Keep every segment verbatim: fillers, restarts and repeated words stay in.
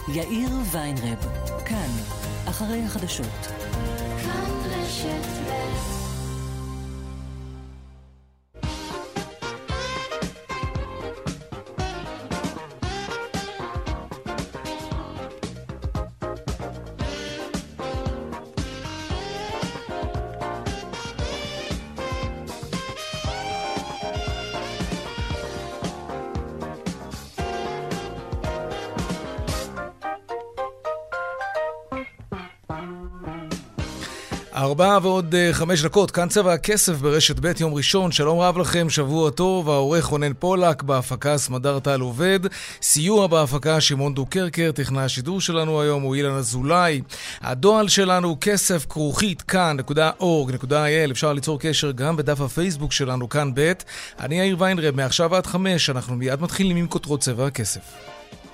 יאיר ויינרב, כאן, אחרי החדשות. כאן רשת ב'. ארבע ועוד חמש דקות, כאן צבע הכסף ברשת ב' יום ראשון. שלום רב לכם, שבוע טוב. העורך רונן פולק, בהפקה סמדר טל עובד, סיוע בהפקה שמעון דוקרקר, טכנאי השידור שלנו היום הוא אילן אזולאי. הדואל שלנו כסף כרוכית כאן נקודה אורג נקודה איי אל. אפשר ליצור קשר גם בדף הפייסבוק שלנו כאן ב'. אני יאיר ויינרב, מעכשיו עד חמש אנחנו מיד מתחילים עם כותרות צבע הכסף.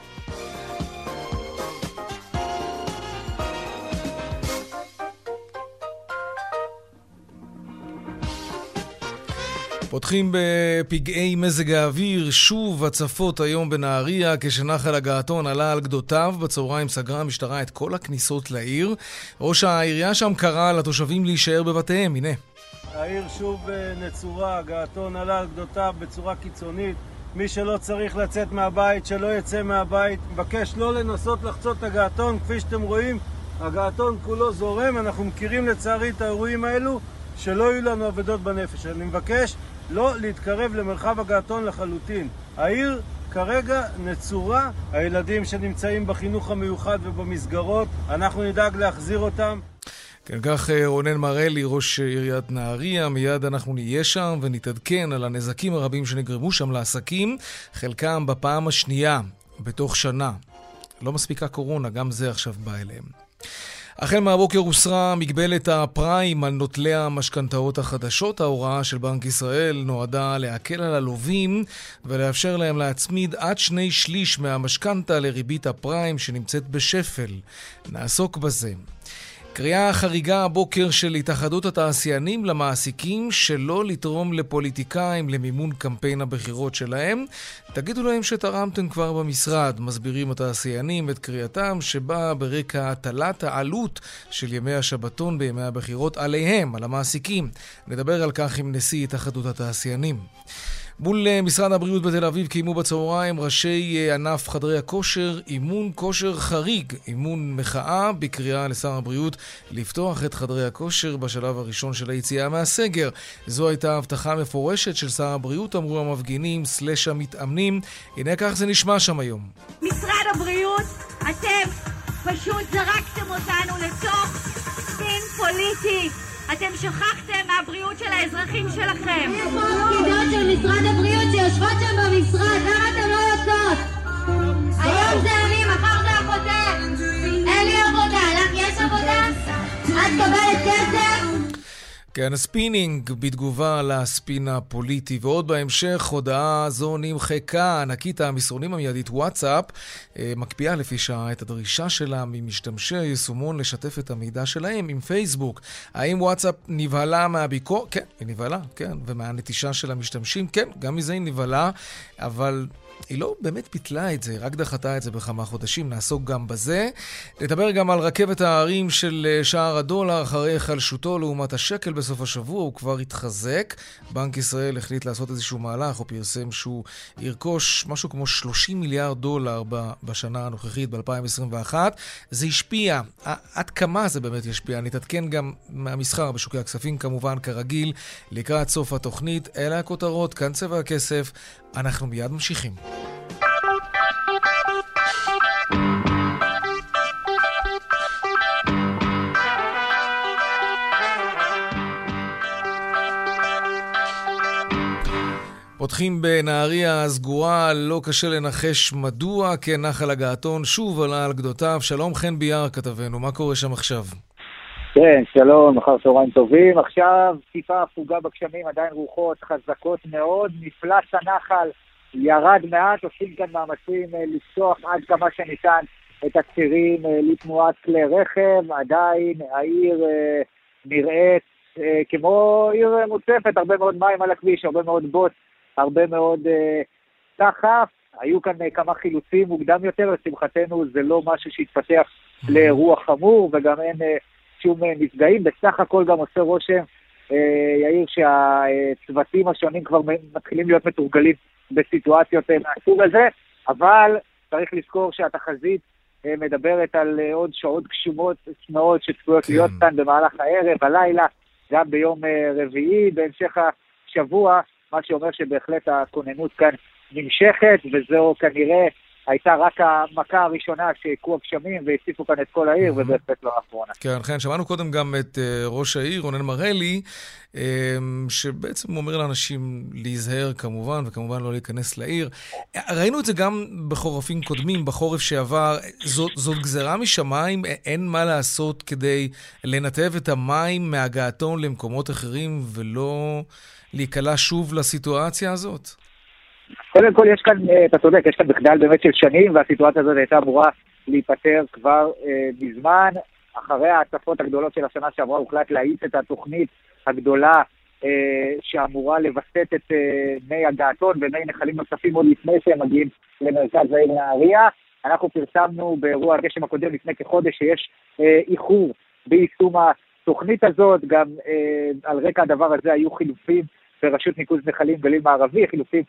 פותחים בפגעי מזג האוויר, שוב הצפות היום בנהריה, כשנחל הגעתון עלה על גדותיו. בצהריים סגרה המשטרה את כל הכניסות לעיר. ראש העירייה שם קרא לתושבים להישאר בבתיהם, הנה. העיר שוב נצורה, הגעתון עלה על גדותיו בצורה קיצונית. מי שלא צריך לצאת מהבית, שלא יצא מהבית. מבקש לא לנסות לחצות את הגעתון, כפי שאתם רואים, הגעתון כולו זורם. אנחנו מכירים לצערי את האירועים האלו, שלא יהיו לנו עבודות בנפש. אני מבקש לא להתקרב למרחב הגעתון לחלוטין. העיר כרגע נצורה, הילדים שנמצאים בחינוך המיוחד ובמסגרות, אנחנו נדאג להחזיר אותם. כן, כך רונן מרלי, ראש עיריית נהריה. מיד אנחנו נהיה שם ונתעדכן על הנזקים הרבים שנגרמו שם לעסקים, חלקם בפעם השנייה בתוך שנה. לא מספיקה קורונה, גם זה עכשיו בא אליהם. החל מהבוקר הוסרה מגבלת הפריים על נוטלי המשכנתאות החדשות. ההוראה של בנק ישראל נועדה להקל על הלווים ולאפשר להם להצמיד עד שני שליש מהמשכנתה לריבית הפריים שנמצאת בשפל. נעסוק בזה. קריאה חריגה הבוקר של התאחדות התעשיינים למעסיקים שלא לתרום לפוליטיקאים למימון קמפיין הבחירות שלהם. תגידו להם שתרמתם כבר במשרד. מסבירים התעשיינים את קריאתם שבאה ברקע הטלת העלות של ימי השבתון בימי הבחירות עליהם, על המעסיקים. נדבר על כך עם נשיא התאחדות התעשיינים. מול משרד הבריאות בתל אביב קיימו בצהריים ראשי ענף חדרי הכושר אימון כושר חריג, אימון מחאה בקריאה לשר הבריאות לפתוח את חדרי הכושר בשלב הראשון של היציאה מהסגר. זו הייתה הבטחה מפורשת של שר הבריאות, אמרו המפגינים סלש המתאמנים. הנה כך זה נשמע שם היום. משרד הבריאות, אתם פשוט זרקתם אותנו לתוך ספין פוליטי. אתם שכחתם מהבריאות של האזרחים שלכם. איפה הפקידות של משרד הבריאות שיושבות שם במשרד? למה אתם לא יוצאות? היום זה אני, מחר זה עבודה. אין לי עבודה, לך יש עבודה? את קבלת כסף? כן, הספינינג בתגובה לספין הפוליטי. ועוד בהמשך, הודעה זו נמחקה. ענקית המסרונים המיידית וואטסאפ מקפיאה לפי שעה את הדרישה שלה ממשתמשי היישומון לשתף את המידע שלהם עם פייסבוק. האם וואטסאפ נבהלה מהביקור? כן, היא נבהלה, כן. ומהנטישה של המשתמשים? כן, גם מזה היא נבהלה, אבל היא לא באמת פיתלה את זה, רק דחתה את זה בכמה חודשים. נעסוק גם בזה. נדבר גם על רכבת הערים של שער הדולר אחרי חלשותו לעומת השקל בסוף השבוע. הוא כבר התחזק. בנק ישראל החליט לעשות איזשהו מהלך, או פרסם שהוא ירכוש משהו כמו שלושים מיליארד דולר בשנה הנוכחית ב-אלפיים עשרים ואחת. זה השפיע. עד כמה זה באמת ישפיע? נתעדכן גם מהמסחר בשוקי הכספים, כמובן כרגיל, לקראת סוף התוכנית. אלה הכותרות, כאן צבע הכסף. אנחנו מיד ממשיכים. פותחים בנהריה הסגורה, לא קשה לנחש מדוע, כן, נחל הגעתון שוב עלה על גדותיו. שלום חן ביאר כתבנו, מה קורה שם עכשיו? כן, שלום, אחר צהריים טובים. עכשיו טיפה הפוגה בגשמים, עדיין רוחות חזקות מאוד, מפלס הנחל ירד מעט, עושים כאן מאמצים לפתוח עד כמה שניתן את הצירים לתנועת כלי רכב. עדיין העיר נראית כמו עיר מוצפת, הרבה מאוד מים על הכביש, הרבה מאוד בוט, הרבה מאוד סחף. היו כאן כמה חילוצים מוקדם יותר, לשמחתנו זה לא משהו שהתפתח לאירוע חמור, וגם אין שום נפגעים. בסך הכל גם עושה רושם, יאיר, שהצוותים השונים כבר מתחילים להיות מתורגלים בסיטואציות מהסוג הזה, אבל צריך לזכור שהתחזית מדברת על עוד שעות גשומות מאוד שצפויות כן. להיות כאן במהלך הערב, הלילה, גם ביום רביעי, בהמשך השבוע, מה שאומר שבהחלט הכוננות כאן נמשכת, וזו כנראה הייתה רק המכה הראשונה שהקו הגשמים והציפו כאן את כל העיר, mm-hmm. ובהחלט לא האחרונה. כן, כן, שמענו קודם גם את uh, ראש העיר, רונן מרלי, um, שבעצם אומר לאנשים להיזהר כמובן, וכמובן לא להיכנס לעיר. ראינו את זה גם בחורפים קודמים, בחורף שעבר. זאת, זאת גזרה משמיים, אין מה לעשות כדי לנתב את המים מהגעתון למקומות אחרים, ולא להיקלע שוב לסיטואציה הזאת? קודם כל יש כאן, אתה צודק, יש כאן בכדל באמת של שנים, והסיטואציה הזאת הייתה אמורה להיפטר כבר אה, בזמן. אחרי ההצפות הגדולות של השנה שעברה הוחלט להאיץ את התוכנית הגדולה אה, שאמורה לבסט את אה, מי הגעתון ומי נחלים נוספים עוד לפני שהם מגיעים למרכז העיר נהריה. אנחנו פרסמנו באירוע הגשם הקודם לפני כחודש שיש אה, איחור ביישום התוכנית הזאת, גם אה, על רקע הדבר הזה היו חילופים ברשות ניקוז נחלים גליל מערבי, חילופים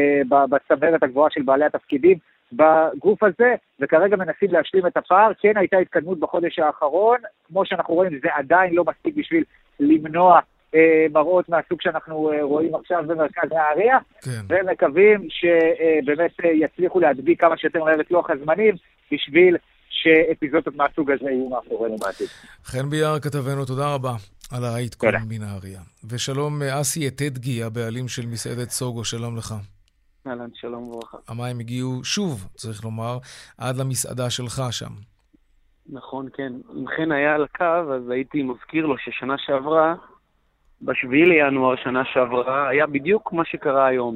בצמרת הגבוהה של בעלי התפקידים בגוף הזה, וכרגע מנסים להשלים את הפער. כן הייתה התקדמות בחודש האחרון, כמו שאנחנו רואים, זה עדיין לא מספיק בשביל למנוע אה, מראות מהסוג שאנחנו אה, רואים עכשיו במרכז נהריה, כן. ומקווים שבאמת אה, יצליחו להדביק כמה שיותר מהר את לוח הזמנים, בשביל שאפיזודות מהסוג הזה יהיו מאחורינו בעתיד. חן ביאר כתבנו, תודה רבה על העדכון מנהריה. ושלום אסי יתדגי, הבעלים של מסעדת סוגו, שלום לך. אהלן, שלום וברכה. המים הגיעו שוב, צריך לומר, עד למסעדה שלך שם. נכון, כן. אם כן היה על הקו, אז הייתי מזכיר לו ששנה שעברה, בשביעי לינואר שנה שעברה, היה בדיוק מה שקרה היום.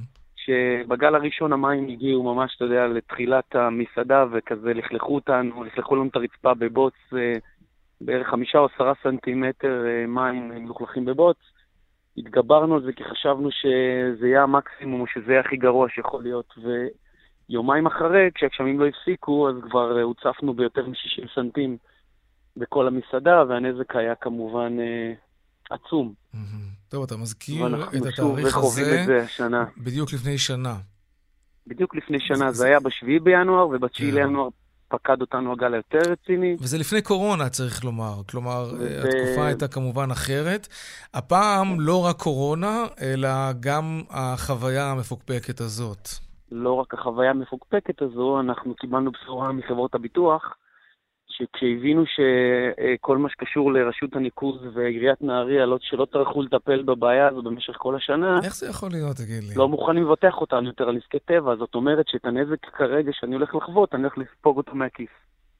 שבגל הראשון המים הגיעו ממש, אתה יודע, לתחילת המסעדה, וכזה לכלכו אותנו, לכלכו לנו את הרצפה בבוץ, בערך חמישה או עשרה סנטימטר מים מלוכלכים בבוץ. התגברנו על זה כי חשבנו שזה יהיה המקסימום, שזה יהיה הכי גרוע שיכול להיות, ויומיים אחרי, כשהגשמים לא הפסיקו, אז כבר הוצפנו ביותר מ-שישים סנטים בכל המסעדה, והנזק היה כמובן אה, עצום. טוב, אתה מזכיר את התאריך הזה, את זה השנה. בדיוק לפני שנה. בדיוק לפני שנה, זה היה בשביעי בינואר, ובתשיעי לינואר פקד אותנו הגל היותר רציני. וזה לפני קורונה, צריך לומר. כלומר, וזה... התקופה הייתה כמובן אחרת. הפעם לא רק קורונה, אלא גם החוויה המפוקפקת הזאת. לא רק החוויה המפוקפקת הזו, אנחנו קיבלנו בשורה מחברות הביטוח, שכשהבינו שכל מה שקשור לרשות הניקוז ועיריית נהריה, שלא טרחו לטפל בבעיה הזו במשך כל השנה, איך זה יכול להיות, תגיד לי? לא מוכנים לבטח אותנו יותר על נזקי טבע. זאת אומרת שאת הנזק כרגע שאני הולך לחוות, אני הולך לספוג אותו מהכיס.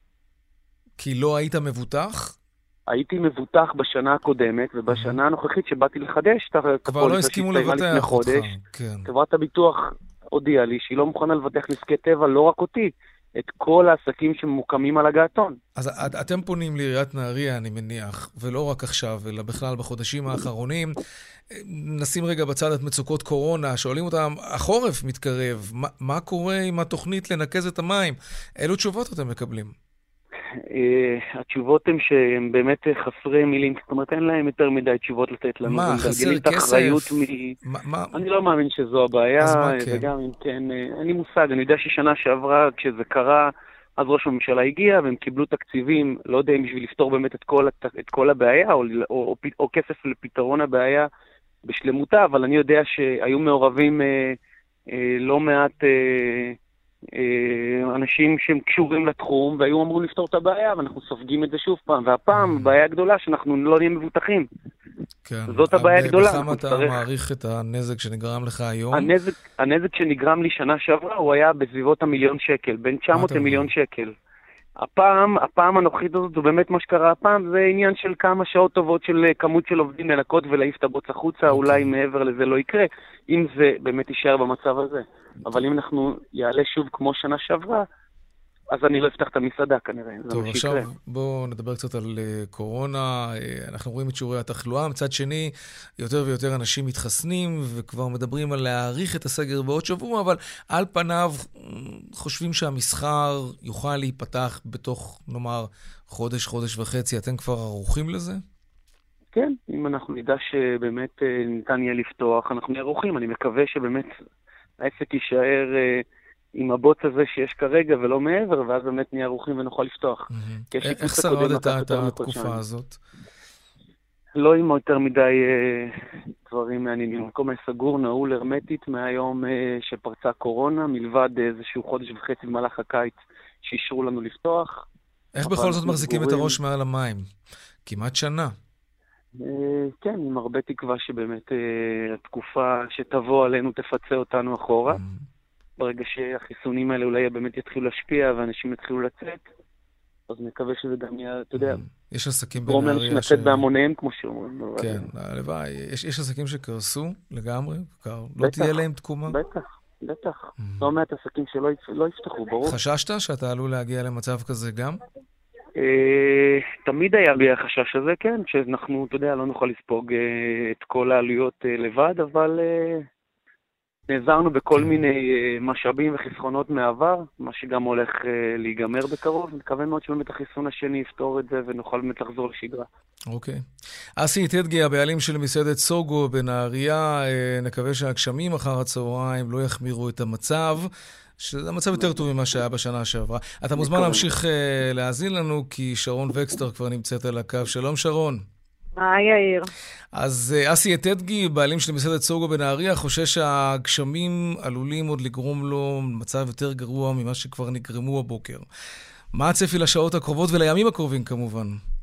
כי לא היית מבוטח? הייתי מבוטח בשנה הקודמת, ובשנה הנוכחית שבאתי לחדש, כבר לא הסכימו לבטח אותך. חברת הביטוח הודיעה לי שהיא לא מוכנה לבטח נזקי טבע, לא רק אותי, את כל העסקים שממוקמים על הגעתון. אז אתם פונים לעיריית נהריה, אני מניח, ולא רק עכשיו, אלא בכלל בחודשים האחרונים. נשים רגע בצד את מצוקות קורונה, שואלים אותם, החורף מתקרב, מה, מה קורה עם התוכנית לנקז את המים? אילו תשובות אתם מקבלים? התשובות הן שהם באמת חסרי מילים, זאת אומרת, אין להם יותר מדי תשובות לתת לנו. מה, חסר כסף? אני לא מאמין שזו הבעיה, וגם אם כן, אין לי מושג, אני יודע ששנה שעברה, כשזה קרה, אז ראש הממשלה הגיע, והם קיבלו תקציבים, לא יודע אם בשביל לפתור באמת את כל הבעיה, או כסף לפתרון הבעיה בשלמותה, אבל אני יודע שהיו מעורבים לא מעט אנשים שהם קשורים לתחום, והיו אמרו לפתור את הבעיה, ואנחנו סופגים את זה שוב פעם. והפעם, הבעיה הגדולה שאנחנו לא נהיה מבוטחים. כן. זאת הבעיה הגדולה. בכמה אתה צריך... מעריך את הנזק שנגרם לך היום? הנזק, הנזק שנגרם לי שנה שעברה, הוא היה בסביבות המיליון שקל, בין תשע מאות למיליון שקל. הפעם, הפעם הנוכחית הזאת, זה באמת מה שקרה הפעם, זה עניין של כמה שעות טובות של כמות של עובדים לנקות ולהעיף את הבוץ החוצה, okay. אולי מעבר לזה לא יקרה, אם זה באמת יישאר במצב הזה. אבל אם אנחנו יעלה שוב כמו שנה שעברה, אז אני לא אפתח את המסעדה כנראה. טוב, עכשיו בואו נדבר קצת על uh, קורונה. Uh, אנחנו רואים את שיעורי התחלואה. מצד שני, יותר ויותר אנשים מתחסנים, וכבר מדברים על להאריך את הסגר בעוד שבוע, אבל על פניו חושבים שהמסחר יוכל להיפתח בתוך, נאמר, חודש, חודש וחצי. אתם כבר ערוכים לזה? כן, אם אנחנו נדע שבאמת uh, ניתן יהיה לפתוח, אנחנו נהיה ערוכים. אני מקווה שבאמת העסק יישאר... Uh, עם הבוץ הזה שיש כרגע ולא מעבר, ואז באמת נהיה ערוכים ונוכל לפתוח. איך שרדת את התקופה הזאת? לא עם יותר מדי דברים מעניינים. מקום סגור, נעול, הרמטית, מהיום שפרצה קורונה, מלבד איזשהו חודש וחצי במהלך הקיץ שאישרו לנו לפתוח. איך בכל זאת מחזיקים את הראש מעל המים? כמעט שנה. כן, עם הרבה תקווה שבאמת התקופה שתבוא עלינו תפצה אותנו אחורה. ברגע שהחיסונים האלה אולי באמת יתחילו להשפיע ואנשים יתחילו לצאת, אז נקווה שזה גם יהיה, אתה יודע, יש עסקים בנהריה שנצאת בהמוניהם, כמו שאומרים. כן, הלוואי. יש עסקים שקרסו לגמרי, לא תהיה להם תקומה? בטח, בטח. לא מעט עסקים שלא יפתחו, ברור. חששת שאתה עלול להגיע למצב כזה גם? תמיד היה בי החשש הזה, כן, שאנחנו, אתה יודע, לא נוכל לספוג את כל העלויות לבד, אבל... נעזרנו בכל מיני משאבים וחסכונות מעבר, מה שגם הולך להיגמר בקרוב. מקווה מאוד שבאמת החיסון השני יפתור את זה ונוכל באמת לחזור לשגרה. אוקיי. אסי טדגי, הבעלים של מסעדת סוגו בנהריה, נקווה שהגשמים אחר הצהריים לא יחמירו את המצב, שזה המצב יותר טוב ממה שהיה בשנה שעברה. אתה מוזמן להמשיך להאזין לנו, כי שרון וקסטר כבר נמצאת על הקו. שלום שרון. היי יאיר. אז אסי טדגי, בעלים של מסעדת סוגו בנהריה, חושש שהגשמים עלולים עוד לגרום לו מצב יותר גרוע ממה שכבר נגרמו הבוקר. מה הצפי לשעות הקרובות ולימים הקרובים כמובן?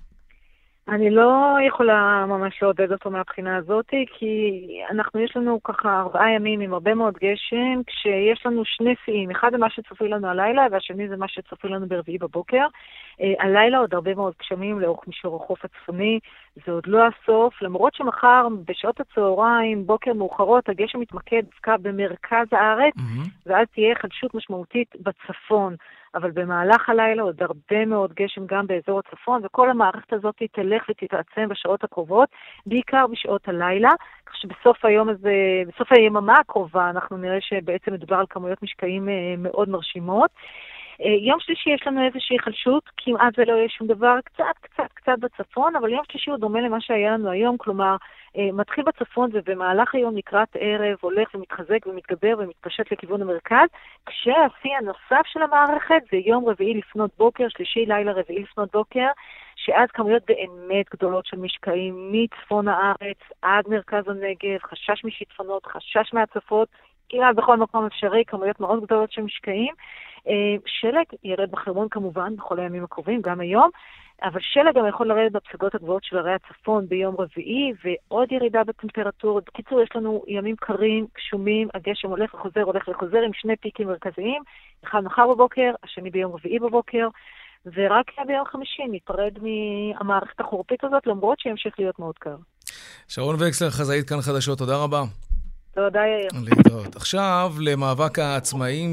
אני לא יכולה ממש לעודד אותו מהבחינה הזאת, כי אנחנו, יש לנו ככה ארבעה ימים עם הרבה מאוד גשם, כשיש לנו שני שיאים, אחד זה מה שצפוי לנו הלילה, והשני זה מה שצפוי לנו ברביעי בבוקר. הלילה עוד הרבה מאוד גשמים לאורך מישור החוף הצפוני, זה עוד לא הסוף, למרות שמחר בשעות הצהריים, בוקר מאוחרות, הגשם מתמקד דווקא במרכז הארץ, mm-hmm. ואז תהיה חדשות משמעותית בצפון. אבל במהלך הלילה עוד הרבה מאוד גשם גם באזור הצפון, וכל המערכת הזאת תלך ותתעצם בשעות הקרובות, בעיקר בשעות הלילה, כך שבסוף היום הזה, בסוף היממה הקרובה, אנחנו נראה שבעצם מדובר על כמויות משקעים מאוד מרשימות. יום שלישי יש לנו איזושהי חלשות, כמעט ולא יהיה שום דבר, קצת, קצת, קצת בצפון, אבל יום שלישי הוא דומה למה שהיה לנו היום, כלומר, מתחיל בצפון ובמהלך היום לקראת ערב, הולך ומתחזק ומתגבר ומתפשט לכיוון המרכז, כשהשיא הנוסף של המערכת זה יום רביעי לפנות בוקר, שלישי לילה רביעי לפנות בוקר, שאז כמויות באמת גדולות של משקעים מצפון הארץ עד מרכז הנגב, חשש משיטפונות, חשש מהצפות, כמעט בכל מקום אפשרי, כמויות מאוד גדולות של משקעים. שלג ירד בחרמון כמובן בכל הימים הקרובים, גם היום, אבל שלג גם יכול לרדת בפסגות הגבוהות של הרי הצפון ביום רביעי, ועוד ירידה בטמפרטורות. בקיצור, יש לנו ימים קרים, קשומים, הגשם הולך וחוזר, הולך וחוזר עם שני פיקים מרכזיים, אחד מחר בבוקר, השני ביום רביעי בבוקר, ורק ביום חמישי ניפרד מהמערכת החורפית הזאת, למרות שימשיך להיות מאוד קר. שרון וקסלר, חזאית כאן חדשות, תודה רבה. תודה יאיר. להתראות. עכשיו למאבק העצמאים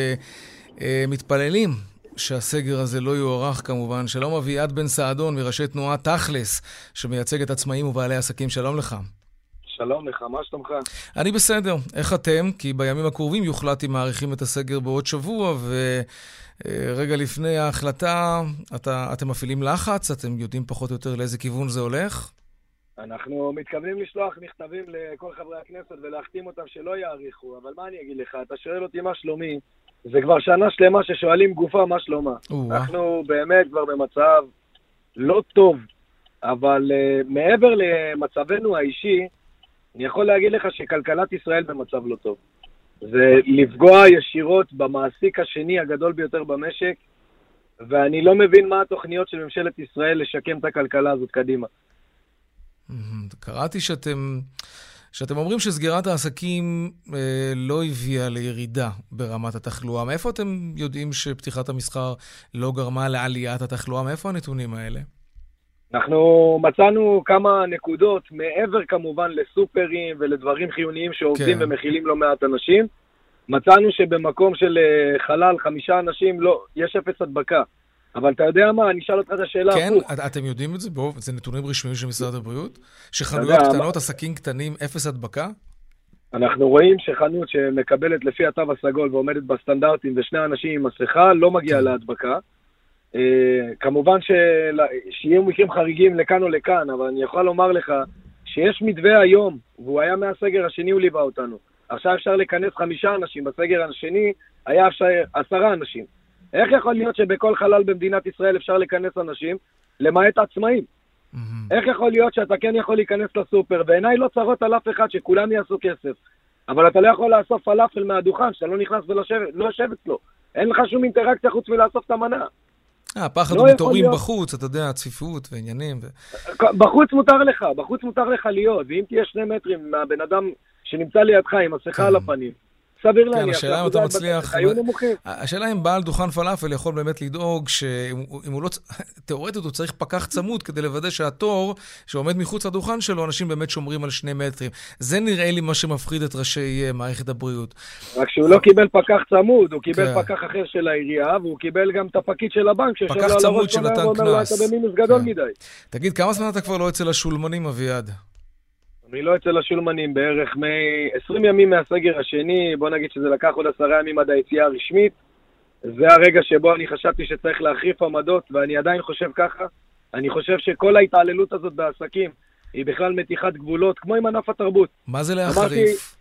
שמתפללים שהסגר הזה לא יוארך כמובן. שלום אביעד בן סעדון מראשי תנועה תכלס שמייצג את עצמאים ובעלי עסקים. שלום לך. שלום לך, מה שלומך? אני בסדר. איך אתם? כי בימים הקרובים יוחלט אם מאריכים את הסגר בעוד שבוע, ורגע לפני ההחלטה אתה, אתם מפעילים לחץ? אתם יודעים פחות או יותר לאיזה כיוון זה הולך? אנחנו מתכוונים לשלוח מכתבים לכל חברי הכנסת ולהחתים אותם שלא יאריכו, אבל מה אני אגיד לך? אתה שואל אותי מה שלומי, זה כבר שנה שלמה ששואלים גופה מה שלומה. אנחנו באמת כבר במצב לא טוב, אבל uh, מעבר למצבנו האישי, אני יכול להגיד לך שכלכלת ישראל במצב לא טוב. זה לפגוע ישירות במעסיק השני הגדול ביותר במשק, ואני לא מבין מה התוכניות של ממשלת ישראל לשקם את הכלכלה הזאת קדימה. קראתי שאתם, שאתם אומרים שסגירת העסקים אה, לא הביאה לירידה ברמת התחלואה. מאיפה אתם יודעים שפתיחת המסחר לא גרמה לעליית התחלואה? מאיפה הנתונים האלה? אנחנו מצאנו כמה נקודות, מעבר כמובן לסופרים ולדברים חיוניים שעובדים כן. ומכילים לא מעט אנשים. מצאנו שבמקום של חלל חמישה אנשים, לא, יש אפס הדבקה. אבל אתה יודע מה, אני אשאל אותך את השאלה. כן, אתם יודעים את זה? בואו, זה נתונים רשמיים של משרד הבריאות? שחנויות קטנות, עסקים קטנים, אפס הדבקה? אנחנו רואים שחנות שמקבלת לפי התו הסגול ועומדת בסטנדרטים ושני אנשים עם מסכה, לא מגיעה להדבקה. כמובן שיהיו מקרים חריגים לכאן או לכאן, אבל אני יכול לומר לך שיש מתווה היום, והוא היה מהסגר השני, הוא ליווה אותנו. עכשיו אפשר לכנס חמישה אנשים, בסגר השני היה אפשר עשרה אנשים. איך יכול להיות שבכל חלל במדינת ישראל אפשר לכנס אנשים, למעט עצמאים? Mm-hmm. איך יכול להיות שאתה כן יכול להיכנס לסופר, ועיניי לא צרות על אף אחד שכולם יעשו כסף, אבל אתה לא יכול לאסוף פלאפל מהדוכן, שאתה לא נכנס ולא יושב אצלו. אין לך שום אינטראקציה חוץ מלאסוף את המנה. אה, פחד ומתעוררים בחוץ, אתה יודע, צפיפות ועניינים. ו... בחוץ מותר לך, בחוץ מותר לך להיות, ואם תהיה שני מטרים מהבן אדם שנמצא לידך עם מסכה על הפנים, סביר להניח. כן, השאלה אם אתה מצליח... השאלה אם בעל דוכן פלאפל יכול באמת לדאוג שאם הוא לא... תיאורטית הוא צריך פקח צמוד כדי לוודא שהתור שעומד מחוץ לדוכן שלו, אנשים באמת שומרים על שני מטרים. זה נראה לי מה שמפחיד את ראשי מערכת הבריאות. רק שהוא לא קיבל פקח צמוד, הוא קיבל פקח אחר של העירייה, והוא קיבל גם את הפקיד של הבנק, פקח צמוד שנתן קנס. אתה במינוס גדול מדי. תגיד, כמה זמן אתה כבר לא אצל השולמנים, אביעד? אני לא אצל השולמנים, בערך מ-עשרים ימים מהסגר השני, בוא נגיד שזה לקח עוד עשרה ימים עד היציאה הרשמית. זה הרגע שבו אני חשבתי שצריך להחריף עמדות, ואני עדיין חושב ככה. אני חושב שכל ההתעללות הזאת בעסקים היא בכלל מתיחת גבולות, כמו עם ענף התרבות. מה זה להחריף?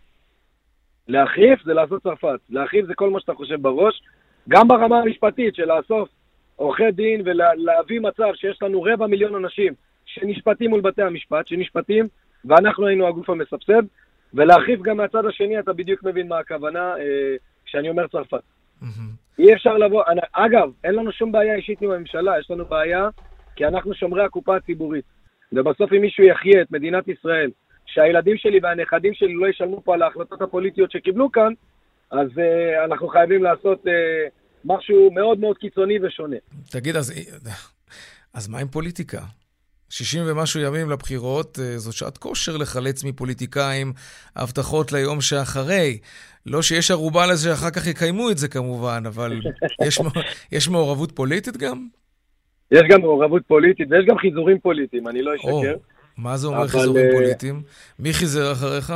להחריף זה לעשות צרפת. להחריף זה כל מה שאתה חושב בראש. גם ברמה המשפטית של לאסוף עורכי דין ולהביא מצב שיש לנו רבע מיליון אנשים שנשפטים מול בתי המשפט, שנשפטים, ואנחנו היינו הגוף המסבסד, ולהחריף גם מהצד השני, אתה בדיוק מבין מה הכוונה אה, כשאני אומר צרפת. Mm-hmm. אי אפשר לבוא, אני, אגב, אין לנו שום בעיה אישית עם הממשלה, יש לנו בעיה כי אנחנו שומרי הקופה הציבורית. ובסוף אם מישהו יחיה את מדינת ישראל, שהילדים שלי והנכדים שלי לא ישלמו פה על ההחלטות הפוליטיות שקיבלו כאן, אז אה, אנחנו חייבים לעשות אה, משהו מאוד מאוד קיצוני ושונה. תגיד, אז, אז מה עם פוליטיקה? שישים ומשהו ימים לבחירות, זו שעת כושר לחלץ מפוליטיקאים הבטחות ליום שאחרי. לא שיש ערובה לזה שאחר כך יקיימו את זה כמובן, אבל יש, יש מעורבות פוליטית גם? יש גם מעורבות פוליטית, ויש גם חיזורים פוליטיים, אני לא אשקר. מה זה אומר אבל... חיזורים פוליטיים? מי חיזר אחריך?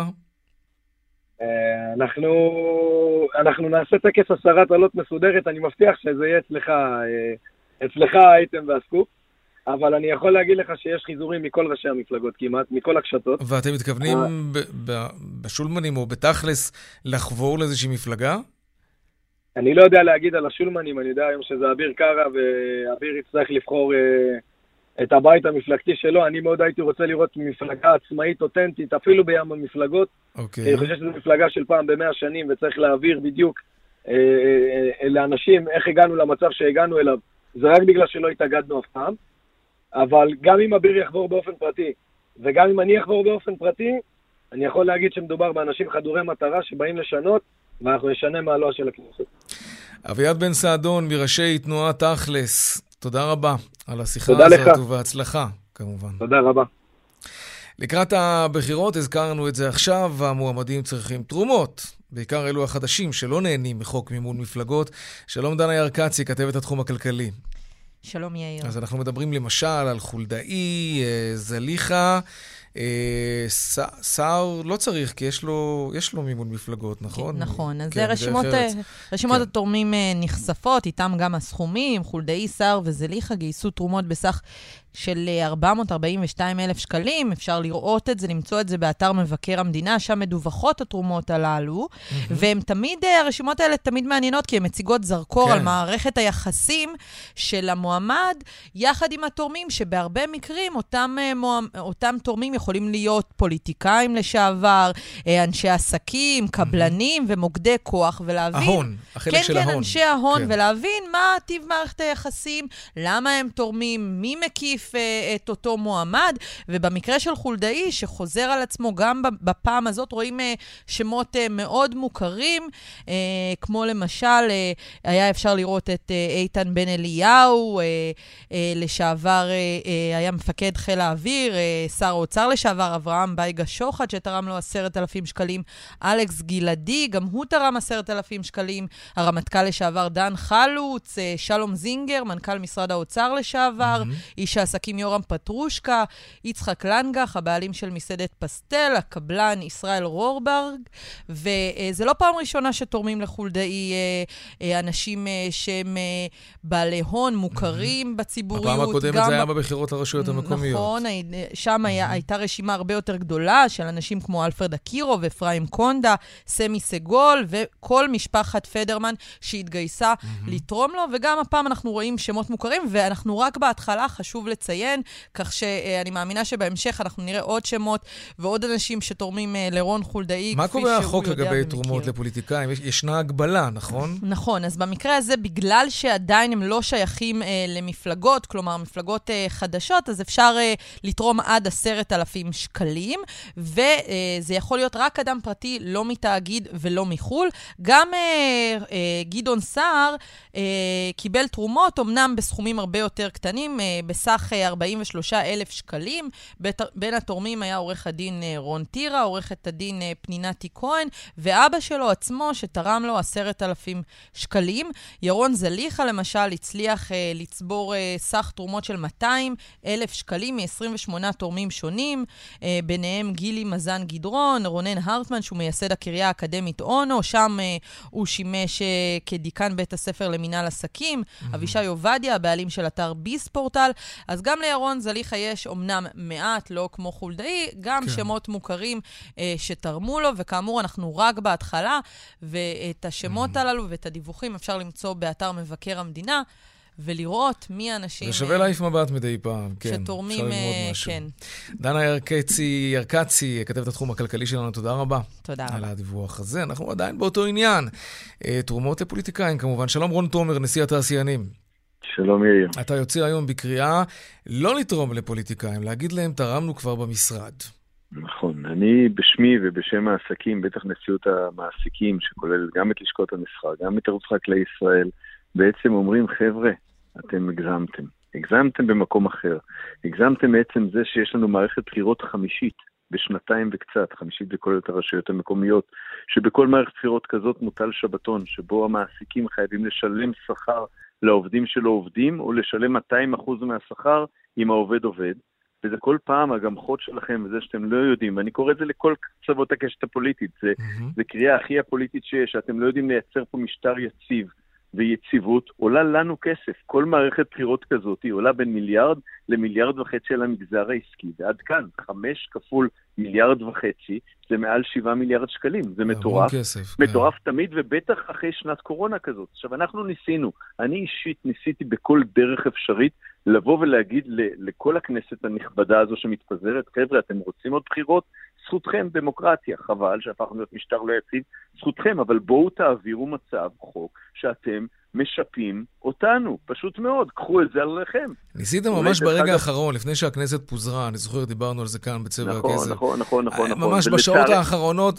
אנחנו, אנחנו נעשה טקס עשרת עלות מסודרת, אני מבטיח שזה יהיה אצלך, אצלך האייטם והסקופ. אבל אני יכול להגיד לך שיש חיזורים מכל ראשי המפלגות כמעט, מכל הקשתות. ואתם מתכוונים בשולמנים או בתכלס לחבור לאיזושהי מפלגה? אני לא יודע להגיד על השולמנים, אני יודע היום שזה אביר קארה, ואביר יצטרך לבחור את הבית המפלגתי שלו. אני מאוד הייתי רוצה לראות מפלגה עצמאית, אותנטית, אפילו בים המפלגות. אוקיי. אני חושב שזו מפלגה של פעם במאה שנים, וצריך להעביר בדיוק לאנשים איך הגענו למצב שהגענו אליו. זה רק בגלל שלא התאגדנו אף פעם. אבל גם אם אביר יחבור באופן פרטי, וגם אם אני אחבור באופן פרטי, אני יכול להגיד שמדובר באנשים חדורי מטרה שבאים לשנות, ואנחנו נשנה מעלוה של הכנסת. אביעד בן סעדון, מראשי תנועת תכלס, תודה רבה על השיחה הזאת, לך. ובהצלחה, כמובן. תודה רבה. לקראת הבחירות, הזכרנו את זה עכשיו, המועמדים צריכים תרומות, בעיקר אלו החדשים שלא נהנים מחוק מימון מפלגות. שלום דנה ירקצי, כתבת התחום הכלכלי. שלום יאיר. אז אנחנו מדברים למשל על חולדאי, זליכה, שר לא צריך, כי יש לו, יש לו מימון מפלגות, נכון? נכון, אז זה רשימות, רשימות התורמים נחשפות, איתם גם הסכומים, חולדאי, שר וזליכה גייסו תרומות בסך של ארבע מאות ארבעים ושתיים אלף שקלים, אפשר לראות את זה, למצוא את זה באתר מבקר המדינה, שם מדווחות התרומות הללו, והן תמיד, הרשימות האלה תמיד מעניינות, כי הן מציגות זרקור על מערכת היחסים של המועמד, יחד עם התורמים, שבהרבה מקרים אותם, אותם תורמים יכולים להיות פוליטיקאים לשעבר, אנשי עסקים, קבלנים ומוקדי כוח, ולהבין... ההון, החלק של ההון. כן, אנשי ההון, ולהבין מה טיב מערכת היחסים, למה הם תורמים, מי מקיף את אותו מועמד, ובמקרה של חולדאי, שחוזר על עצמו גם בפעם הזאת, רואים שמות מאוד מוכרים, כמו למשל, היה אפשר לראות את איתן בן אליהו, לשעבר היה מפקד חיל האוויר, שר האוצר לשעבר אברהם בייגה שוחט, שתרם לו עשרת אלפים שקלים, אלכס גלעדי, גם הוא תרם עשרת אלפים שקלים, הרמטכ"ל לשעבר דן חלוץ, שלום זינגר, מנכ"ל משרד האוצר לשעבר, mm-hmm. איש העסקים יורם פטרושקה, יצחק לנגח, הבעלים של מסעדת פסטל, הקבלן ישראל רורברג, וזה לא פעם ראשונה שתורמים לחולדאי אנשים שהם בעלי הון, מוכרים mm-hmm. בציבוריות. הפעם הקודמת זה היה בבחירות לרשויות המקומיות. נכון, שם mm-hmm. היה, הייתה רשימה הרבה יותר גדולה של אנשים כמו אלפרד אקירו ואפרים קונדה, סמי סגול וכל משפחת פדרמן שהתגייסה mm-hmm. לתרום לו, וגם הפעם אנחנו רואים שמות מוכרים, ואנחנו רק בהתחלה חשוב לציין, כך שאני מאמינה שבהמשך אנחנו נראה עוד שמות ועוד אנשים שתורמים לרון חולדאי. מה קובע החוק לגבי תרומות לפוליטיקאים? ישנה הגבלה, נכון? נכון, אז במקרה הזה, בגלל שעדיין הם לא שייכים למפלגות, כלומר מפלגות חדשות, אז אפשר לתרום עד עשרת אלפים שקלים, וזה יכול להיות רק אדם פרטי, לא מתאגיד ולא מחול. גם גדעון סער קיבל תרומות, אמנם בסכומים הרבה יותר קטנים, בסך ארבעים ושלושה אלף שקלים. בין התורמים היה עורך הדין רון טירה, עורכת הדין פנינתי כהן, ואבא שלו עצמו שתרם לו עשרת אלפים שקלים. ירון זליחה למשל הצליח לצבור סך תרומות של מאתיים אלף שקלים מ-עשרים ושמונה תורמים שונים, ביניהם גילי מזן גדרון, רונן הרטמן שהוא מייסד הקריה האקדמית אונו, שם הוא שימש כדיקן בית הספר למינהל עסקים, אבישי עובדיה, הבעלים של אתר ביספורטל. אז גם לירון זליחה יש אומנם מעט, לא כמו חולדאי, גם כן. שמות מוכרים אה, שתרמו לו, וכאמור אנחנו רק בהתחלה, ואת השמות הללו ואת הדיווחים אפשר למצוא באתר מבקר המדינה, ולראות מי האנשים... זה שווה להעיף מבט מדי פעם, כן. שתורמים, כן. דנה ירקצי, ירקצי, כתבת התחום הכלכלי שלנו, תודה רבה. תודה רבה. על הדיווח הזה. אנחנו עדיין באותו עניין. תרומות לפוליטיקאים, כמובן. שלום רון תומר, נשיא התעשיינים. שלום יאיר. אתה יוצא היום בקריאה לא לתרום לפוליטיקאים, להגיד להם תרמנו כבר במשרד. נכון. אני בשמי ובשם העסקים, בטח נשיאות המעסיקים, שכוללת גם את לשכות המסחר, גם את ערוץ חקלאי ישראל, בעצם אומרים, חבר'ה, אתם הגזמתם. הגזמתם במקום אחר. הגזמתם בעצם זה שיש לנו מערכת בחירות חמישית, בשנתיים וקצת, חמישית בכל את הרשויות המקומיות, שבכל מערכת בחירות כזאת מוטל שבתון, שבו המעסיקים חייבים לשלם שכר לעובדים שלא עובדים, או לשלם מאתיים אחוז מהשכר אם העובד עובד. וזה כל פעם הגמחות שלכם, וזה שאתם לא יודעים, ואני קורא את זה לכל קצוות הקשת הפוליטית, זה, mm-hmm. זה קריאה הכי הפוליטית שיש, שאתם לא יודעים לייצר פה משטר יציב, ויציבות, עולה לנו כסף. כל מערכת בחירות כזאת היא עולה בין מיליארד למיליארד וחצי על המגזר העסקי, ועד כאן, חמש כפול מיליארד וחצי, זה מעל שבעה מיליארד שקלים, זה מטורף, כסף, מטורף כן. תמיד, ובטח אחרי שנת קורונה כזאת. עכשיו, אנחנו ניסינו, אני אישית ניסיתי בכל דרך אפשרית, לבוא ולהגיד לכל הכנסת הנכבדה הזו שמתפזרת, חבר'ה, אתם רוצים עוד בחירות? זכותכם, דמוקרטיה, חבל שהפכנו להיות משטר לא יציב, זכותכם, אבל בואו תעבירו מצב, חוק, שאתם משפים אותנו, פשוט מאוד, קחו את זה עליכם. ניסיתם ממש ברגע האחרון, לפני שהכנסת פוזרה, אני זוכר, דיברנו על זה כאן בצבע הכסף. נכון, נכון, נכון, נכון. ממש בשעות האחרונות,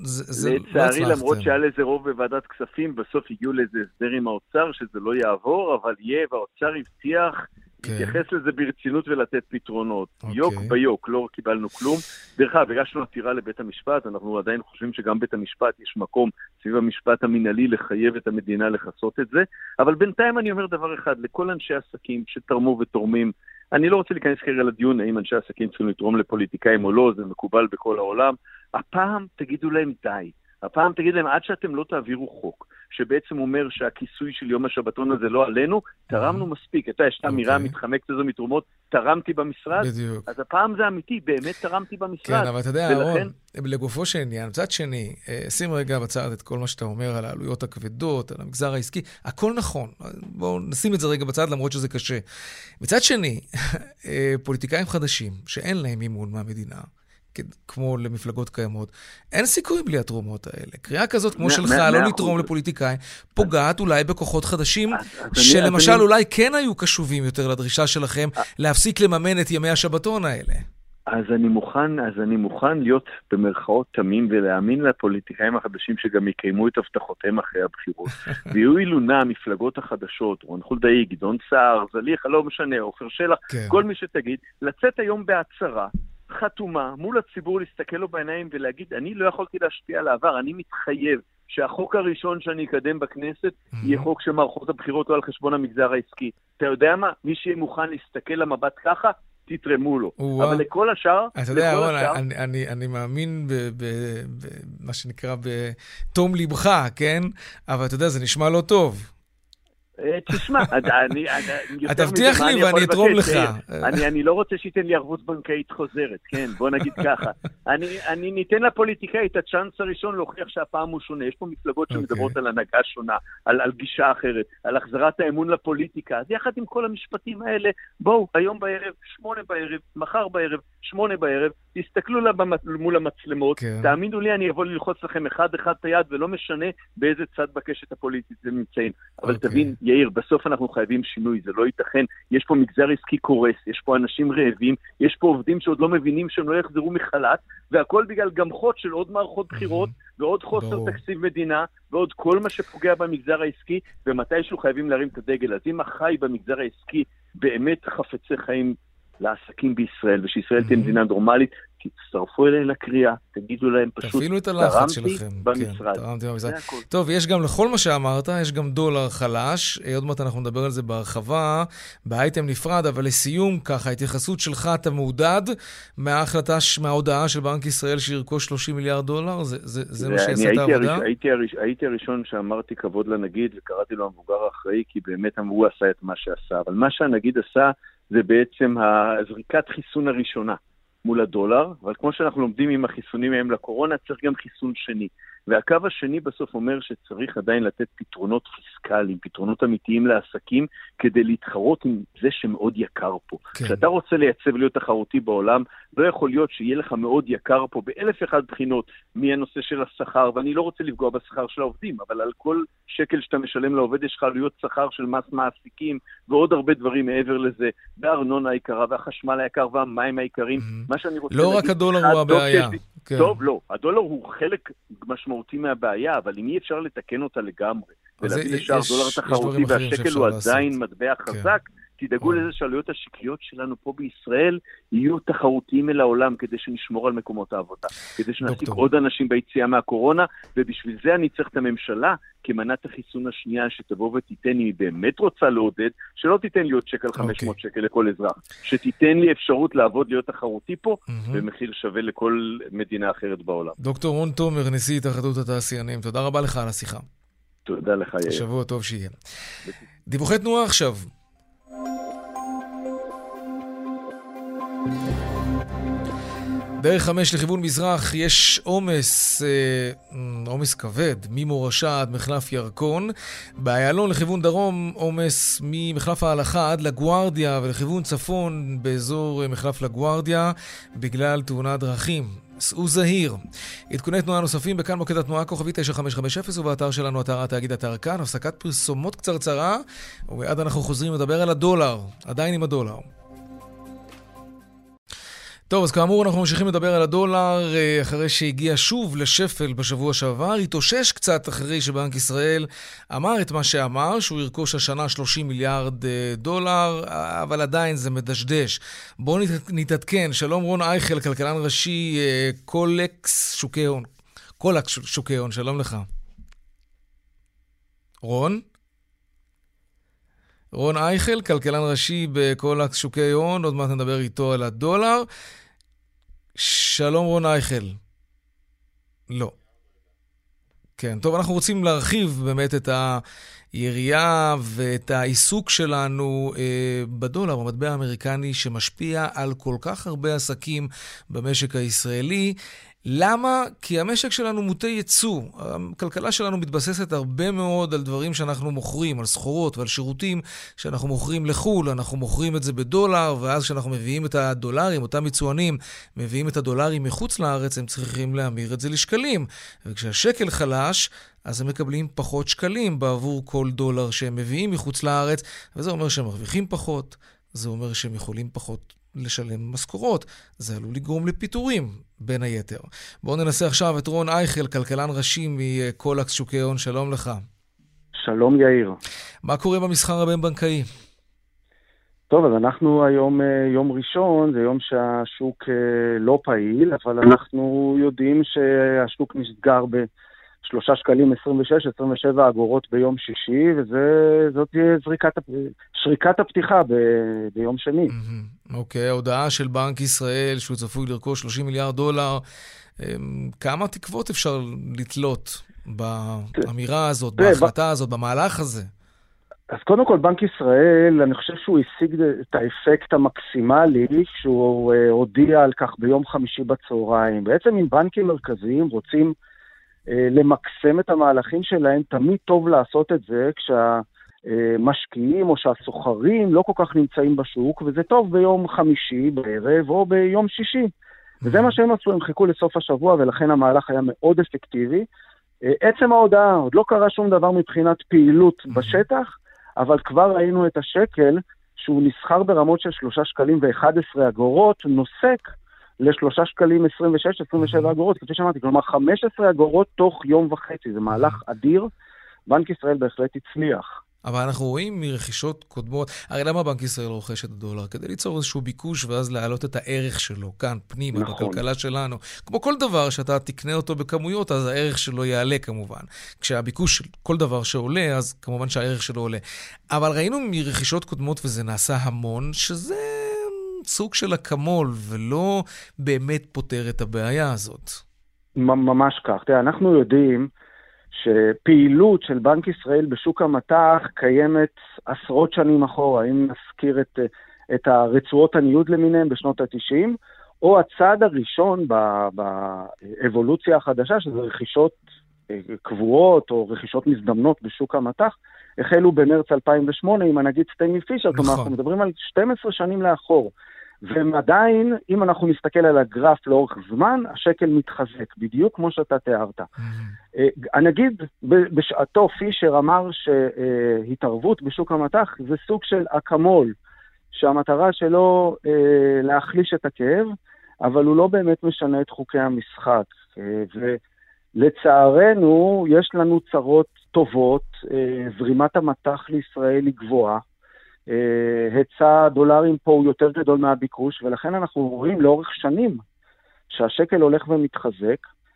לצערי, למרות שהיה לזה רוב בוועדת כספים, בסוף הגיעו לאיזה הסדר עם האוצר, שזה לא יעבור, אבל יהיה, והאוצר הבטיח, להתייחס לזה ברצינות ולתת פתרונות. יוק ביוק, לא קיבלנו כלום. דרך אגב, הגשנו עתירה לבית המשפט, אנחנו עדיין חושבים שגם בית המשפט יש מקום סביב המשפט המנהלי לחייב את המדינה לחסות את זה, אבל בינתיים אני אומר דבר אחד, לכל אנשי עסקים שתרמו ותורמים, אני לא רוצה להיכנס כרגע לדיון האם אנשי עסקים צריכים לתרום לפוליטיקאים או לא, זה מקובל בכל העולם. הפעם תגידו להם די. הפעם תגיד להם, עד שאתם לא תעבירו חוק, שבעצם אומר שהכיסוי של יום השבתון הזה לא עלינו, תרמנו מספיק. אתה, יש את האמירה המתחמקת הזו מתרומות, תרמתי במשרד, בדיוק. אז הפעם זה אמיתי, באמת תרמתי במשרד. כן, אבל אתה יודע, אהרון, לגופו של עניין, מצד שני, שים רגע בצד את כל מה שאתה אומר על העלויות הכבדות, על המגזר העסקי, הכל נכון. בואו נשים את זה רגע בצד, למרות שזה קשה. מצד שני, פוליטיקאים חדשים, שאין להם מימון מהמדינה, כמו למפלגות קיימות, אין סיכוי בלי התרומות האלה. קריאה כזאת כמו שלך, לא לתרום לפוליטיקאי, פוגעת אולי בכוחות חדשים, שלמשל אולי כן היו קשובים יותר לדרישה שלכם, להפסיק לממן את ימי השבתון האלה. אז אני מוכן, אז אני מוכן להיות במרכאות תמים ולהאמין לפוליטיקאים החדשים שגם יקיימו את הבטחותיהם אחרי הבחירות. ויהיו אילונה המפלגות החדשות, רון חולדאי, גדעון סער, זליחה, לא משנה, עופר שלח, כל מי שתגיד, לצאת היום בהצהרה, חתומה מול הציבור להסתכל לו בעיניים ולהגיד, אני לא יכולתי להשפיע על העבר, אני מתחייב שהחוק הראשון שאני אקדם בכנסת יהיה חוק שמערכות הבחירות או על חשבון המגזר העסקי. אתה יודע מה? מי שיהיה מוכן להסתכל למבט ככה, תתרמו לו. אבל לכל השאר... אתה יודע, אהרון, אני מאמין במה שנקרא בתום לבך, כן? אבל אתה יודע, זה נשמע לא טוב. תשמע, אני... אתה תבטיח לי ואני אתרום לך. אני לא רוצה שייתן לי ערבות בנקאית חוזרת, כן? בוא נגיד ככה. אני ניתן לפוליטיקאי את הצ'אנס הראשון להוכיח שהפעם הוא שונה. יש פה מפלגות שמדברות על הנהגה שונה, על גישה אחרת, על החזרת האמון לפוליטיקה. אז יחד עם כל המשפטים האלה, בואו, היום בערב, שמונה בערב, מחר בערב, שמונה בערב, תסתכלו לה מול המצלמות, תאמינו לי, אני אבוא ללחוץ לכם אחד אחד את היד, ולא משנה באיזה צד בקשת הפוליטית זה נמצאים. אבל תבין, יאיר, בסוף אנחנו חייבים שינוי, זה לא ייתכן. יש פה מגזר עסקי קורס, יש פה אנשים רעבים, יש פה עובדים שעוד לא מבינים שהם לא יחזרו מחל"ת, והכל בגלל גמחות של עוד מערכות בחירות, ועוד חוסר תקציב מדינה, ועוד כל מה שפוגע במגזר העסקי, ומתישהו חייבים להרים את הדגל. אז אם החי במגזר העסקי באמת חפצי חיים לעסקים בישראל, ושישראל תהיה מדינה נורמלית, תצטרפו אליי לקריאה, תגידו להם פשוט, תפעילו את הלחץ תרמתי שלכם. במשרד. כן, תרמתי במשרד. טוב, יש גם לכל מה שאמרת, יש גם דולר חלש, עוד מעט אנחנו נדבר על זה בהרחבה, באייטם נפרד, אבל לסיום, ככה, ההתייחסות שלך, אתה מעודד מההחלטה, מההודעה של בנק ישראל שירכוש שלושים מיליארד דולר? זה, זה, זה מה שיעשה את העבודה? הייתי, הראש, הייתי הראשון שאמרתי כבוד לנגיד, וקראתי לו המבוגר האחראי, כי באמת הוא עשה את מה שעשה. אבל מה שהנגיד עשה, זה בעצם הזריקת חיסון הראשונה מול הדולר, אבל כמו שאנחנו לומדים עם החיסונים מהם לקורונה, צריך גם חיסון שני. והקו השני בסוף אומר שצריך עדיין לתת פתרונות פיסקליים, פתרונות אמיתיים לעסקים, כדי להתחרות עם זה שמאוד יקר פה. כן. כשאתה רוצה לייצב להיות תחרותי בעולם, לא יכול להיות שיהיה לך מאוד יקר פה באלף אחד בחינות מהנושא של השכר, ואני לא רוצה לפגוע בשכר של העובדים, אבל על כל שקל שאתה משלם לעובד יש לך עלויות שכר של מס מעסיקים, ועוד הרבה דברים מעבר לזה, והארנונה היקרה, והחשמל היקר, והמים היקרים. Mm-hmm. מה שאני רוצה לא להגיד, רק הדולר הוא הבעיה. כן. טוב, לא. הדולר הוא חלק משמעותי מהבעיה, אבל אם אי אפשר לתקן אותה לגמרי, ולהביא לשאר דולר תחרותי, והשקל הוא עדיין מטבע חזק, תדאגו לזה שעלויות השקליות שלנו פה בישראל יהיו תחרותיים אל העולם, כדי שנשמור על מקומות העבודה, כדי שנעסיק עוד אנשים ביציאה מהקורונה, ובשביל זה אני צריך את הממשלה, כמנת החיסון השנייה שתבוא ותיתן, אם היא באמת רוצה לעודד, שלא תיתן לי עוד שקל חמש מאות שקל לכל אזרח, שתיתן לי אפשרות לעבוד להיות תחרותי פה, במחיר שווה לכל מדינה אחרת בעולם. דוקטור רון תומר, נשיא התאחדות התעשיינים, תודה רבה לך על השיחה. תודה לך, יאיר. שבוע טוב שיהיה. דיווחי תנועה עכשיו. דרך חמש לכיוון מזרח יש עומס, עומס כבד, ממורשה עד מחלף ירקון. באיילון לכיוון דרום עומס ממחלף ההלכה עד לגוארדיה, ולכיוון צפון באזור מחלף לגוארדיה בגלל תאונת דרכים. סעו זהיר. עדכוני תנועה נוספים בכאן מוקד התנועה כוכבית תשע חמש חמש אפס ובאתר שלנו אתר התאגיד אתר כאן. הפסקת פרסומות קצרצרה ומיד אנחנו חוזרים לדבר על הדולר, עדיין עם הדולר. טוב, אז כאמור אנחנו ממשיכים לדבר על הדולר אחרי שהגיע שוב לשפל בשבוע שעבר, התאושש קצת אחרי שבנק ישראל אמר את מה שאמר, שהוא ירכוש השנה שלושים מיליארד דולר, אבל עדיין זה מדשדש. בואו נתעדכן, שלום רון אייכל, כלכלן ראשי קולקס שוקי הון. קולקס שוקי הון, שלום לך. רון? רון אייכל, כלכלן ראשי בקולקס שוקי הון, עוד מעט נדבר איתו על הדולר. שלום רון אייכל. לא. כן, טוב, אנחנו רוצים להרחיב באמת את היריעה ואת העיסוק שלנו אה, בדולר, במטבע האמריקני, שמשפיע על כל כך הרבה עסקים במשק הישראלי. למה? כי המשק שלנו מוטה ייצוא. הכלכלה שלנו מתבססת הרבה מאוד על דברים שאנחנו מוכרים, על סחורות ועל שירותים שאנחנו מוכרים לחול. אנחנו מוכרים את זה בדולר, ואז כשאנחנו מביאים את הדולרים, אותם מצואנים, מביאים את הדולרים מחוץ לארץ, הם צריכים להמיר את זה לשקלים. וכשהשקל חלש, אז הם מקבלים פחות שקלים בעבור כל דולר שהם מביאים מחוץ לארץ, וזה אומר שהם מרוויחים פחות, זה אומר שהם יכולים פחות לשלם משכורות. זה עלול לגרום לפיטורים, בין היתר. בואו ננסה עכשיו את רון אייכל, כלכלן ראשי מקולקס שוקי הון. שלום לך. שלום יאיר. מה קורה במסחר הבין-בנקאי? טוב, אז אנחנו היום יום ראשון, זה יום שהשוק לא פעיל, אבל אנחנו יודעים שהשוק נסגר בשלושה שקלים עשרים ושש עשרים ושבע אגורות ביום שישי, וזאת תהיה זריקת, שריקת הפתיחה ב, ביום שני. אוקיי, okay, ההודעה של בנק ישראל שהוא צפוי לרכוש שלושים מיליארד דולר, כמה תקוות אפשר לתלות באמירה הזאת, בהחלטה הזאת, במהלך הזה? אז קודם כל, בנק ישראל, אני חושב שהוא השיג את האפקט המקסימלי כשהוא הודיע על כך ביום חמישי בצהריים. בעצם אם בנקים מרכזיים רוצים למקסם את המהלכים שלהם, תמיד טוב לעשות את זה כשהמשקיעים או שהסוחרים לא כל כך נמצאים בשוק, וזה טוב ביום חמישי בערב או ביום שישי. וזה מה שהם עשו, הם חיכו לסוף השבוע, ולכן המהלך היה מאוד אפקטיבי. עצם ההודעה, עוד לא קרה שום דבר מבחינת פעילות בשטח, אבל כבר ראינו את השקל, שהוא נסחר ברמות של שלושה שקלים ואחת עשרה אגורות, נוסק לשלושה שקלים עשרים ושש עשרים ושבע אגורות, כפי שאמרתי, כלומר חמש עשרה אגורות תוך יום וחצי, זה מהלך אדיר, בנק ישראל בהחלט הצליח. אבל אנחנו רואים מרכישות קודמות, הרי למה בנק ישראל רוכש את הדולר? כדי ליצור איזשהו ביקוש ואז להעלות את הערך שלו, כאן, פנימה, נכון. בכלכלה שלנו. כמו כל דבר שאתה תקנה אותו בכמויות, אז הערך שלו יעלה כמובן. כשהביקוש של כל דבר שעולה, אז כמובן שהערך שלו עולה. אבל ראינו מרכישות קודמות, וזה נעשה המון, שזה סוג של אקמול, ולא באמת פותר את הבעיה הזאת. ממש כך. תראה, אנחנו יודעים שפעילות של בנק ישראל בשוק המטח קיימת עשרות שנים אחורה, אם נזכיר את, את הרצועות הניוד למיניהם בשנות ה-תשעים, או הצעד הראשון באבולוציה החדשה, שזה רכישות קבועות או רכישות מזדמנות בשוק המטח, החלו במרץ אלפיים ושמונה עם הנגיד סטנלי פישר, כלומר אנחנו מדברים על שתים עשרה שנים לאחור. והם עדיין, אם אנחנו נסתכל על הגרף לאורך זמן, השקל מתחזק, בדיוק כמו שאתה תיארת. הנגיד, בשעתו פישר אמר שהתערבות בשוק המטח זה סוג של אקמול, שהמטרה שלו להחליש את הכאב, אבל הוא לא באמת משנה את חוקי המשחק. ולצערנו, יש לנו צרות טובות, זרימת המטח לישראל היא גבוהה, היצע דולרים פה הוא יותר גדול מהביקוש, ולכן אנחנו רואים לאורך שנים שהשקל הולך ומתחזק.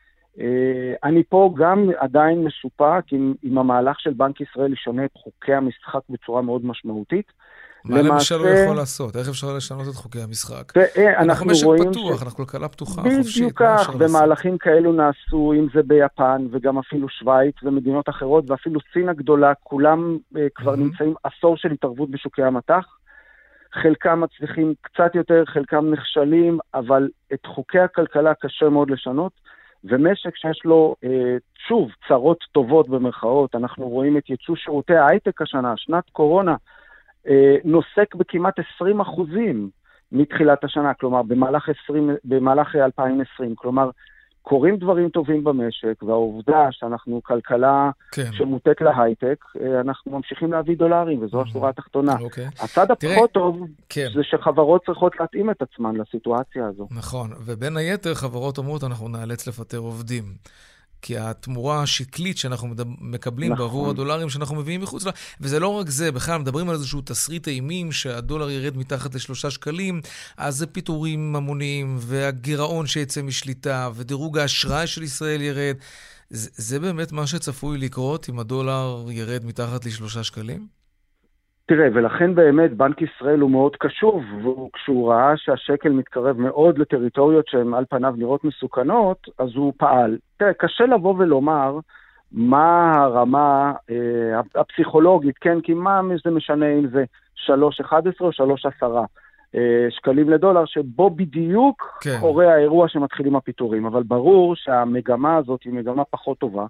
אני פה גם עדיין מסופק עם, עם המהלך של בנק ישראל לשנות את חוקי המשחק בצורה מאוד משמעותית. מה למשל הוא יכול לעשות? איך אפשר לשנות את חוקי המשחק? אנחנו משק פתוח, אנחנו כלכלה פתוחה, חופשית. בדיוק כך, ומהלכים כאלו נעשו, אם זה ביפן, וגם אפילו שוויץ ומדינות אחרות, ואפילו סין הגדולה, כולם כבר נמצאים עשור של התערבות בשוקי המטח. חלקם מצליחים קצת יותר, חלקם נכשלים, אבל את חוקי הכלכלה קשה מאוד לשנות, ומשק שיש לו, שוב, צרות טובות במרכאות, אנחנו רואים את ייצוא שירותי ההייטק השנה, שנת קורונה, נוסק בכמעט עשרים אחוזים מתחילת השנה, כלומר במהלך, עשרים, במהלך אלפיים ועשרים, כלומר קורים דברים טובים במשק, והעובדה שאנחנו כלכלה כן. שמוטט להייטק, אנחנו ממשיכים להביא דולרים, וזו השורה התחתונה. אוקיי. הצד הפחות טוב כן. זה שחברות צריכות להתאים את עצמן לסיטואציה הזו. נכון, ובין היתר חברות אומרות אנחנו נאלץ לפטר עובדים. כי התמורה השקלית שאנחנו מקבלים נכון. בעבור הדולרים שאנחנו מביאים מחוץ לה, וזה לא רק זה, בכלל מדברים על איזשהו תסריט אימים שהדולר ירד מתחת לשלושה שקלים, אז זה פיטורים המוניים, והגירעון שיצא משליטה, ודירוג האשראי של ישראל ירד. זה, זה באמת מה שצפוי לקרות אם הדולר ירד מתחת לשלושה שקלים? תראה, ולכן באמת בנק ישראל הוא מאוד קשוב, וכשהוא ראה שהשקל מתקרב מאוד לטריטוריות שהן על פניו נראות מסוכנות, אז הוא פעל. תראה, קשה לבוא ולומר מה הרמה אה, הפסיכולוגית, כן? כי מה זה משנה אם זה שלוש אחת עשרה או שלוש עשרה אה, שקלים לדולר, שבו בדיוק כן. קורה האירוע שמתחילים הפיטורים, אבל ברור שהמגמה הזאת היא מגמה פחות טובה,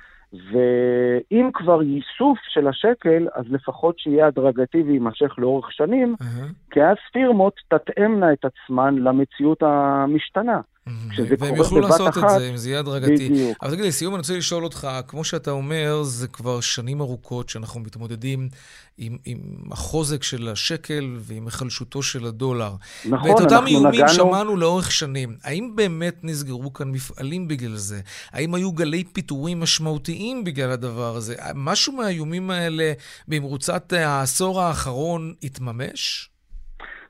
ואם כבר ייסוף של השקל, אז לפחות שיהיה הדרגתי ויימשך לאורך שנים, כי אז פירמות תתאמנה את עצמן למציאות המשתנה. והם יוכלו לעשות את זה, אם זה יהיה הדרגתי. אבל תגיד, לסיום אני רוצה לשאול אותך, כמו שאתה אומר, זה כבר שנים ארוכות שאנחנו מתמודדים עם, עם החוזק של השקל ועם החלשותו של הדולר. נכון, ואת אותם איומים שמענו לאורך שנים. האם באמת נסגרו כאן מפעלים בגלל זה? האם היו גלי פיטורים משמעותיים בגלל הדבר הזה? משהו מהאיומים האלה במרוצת העשור האחרון התממש?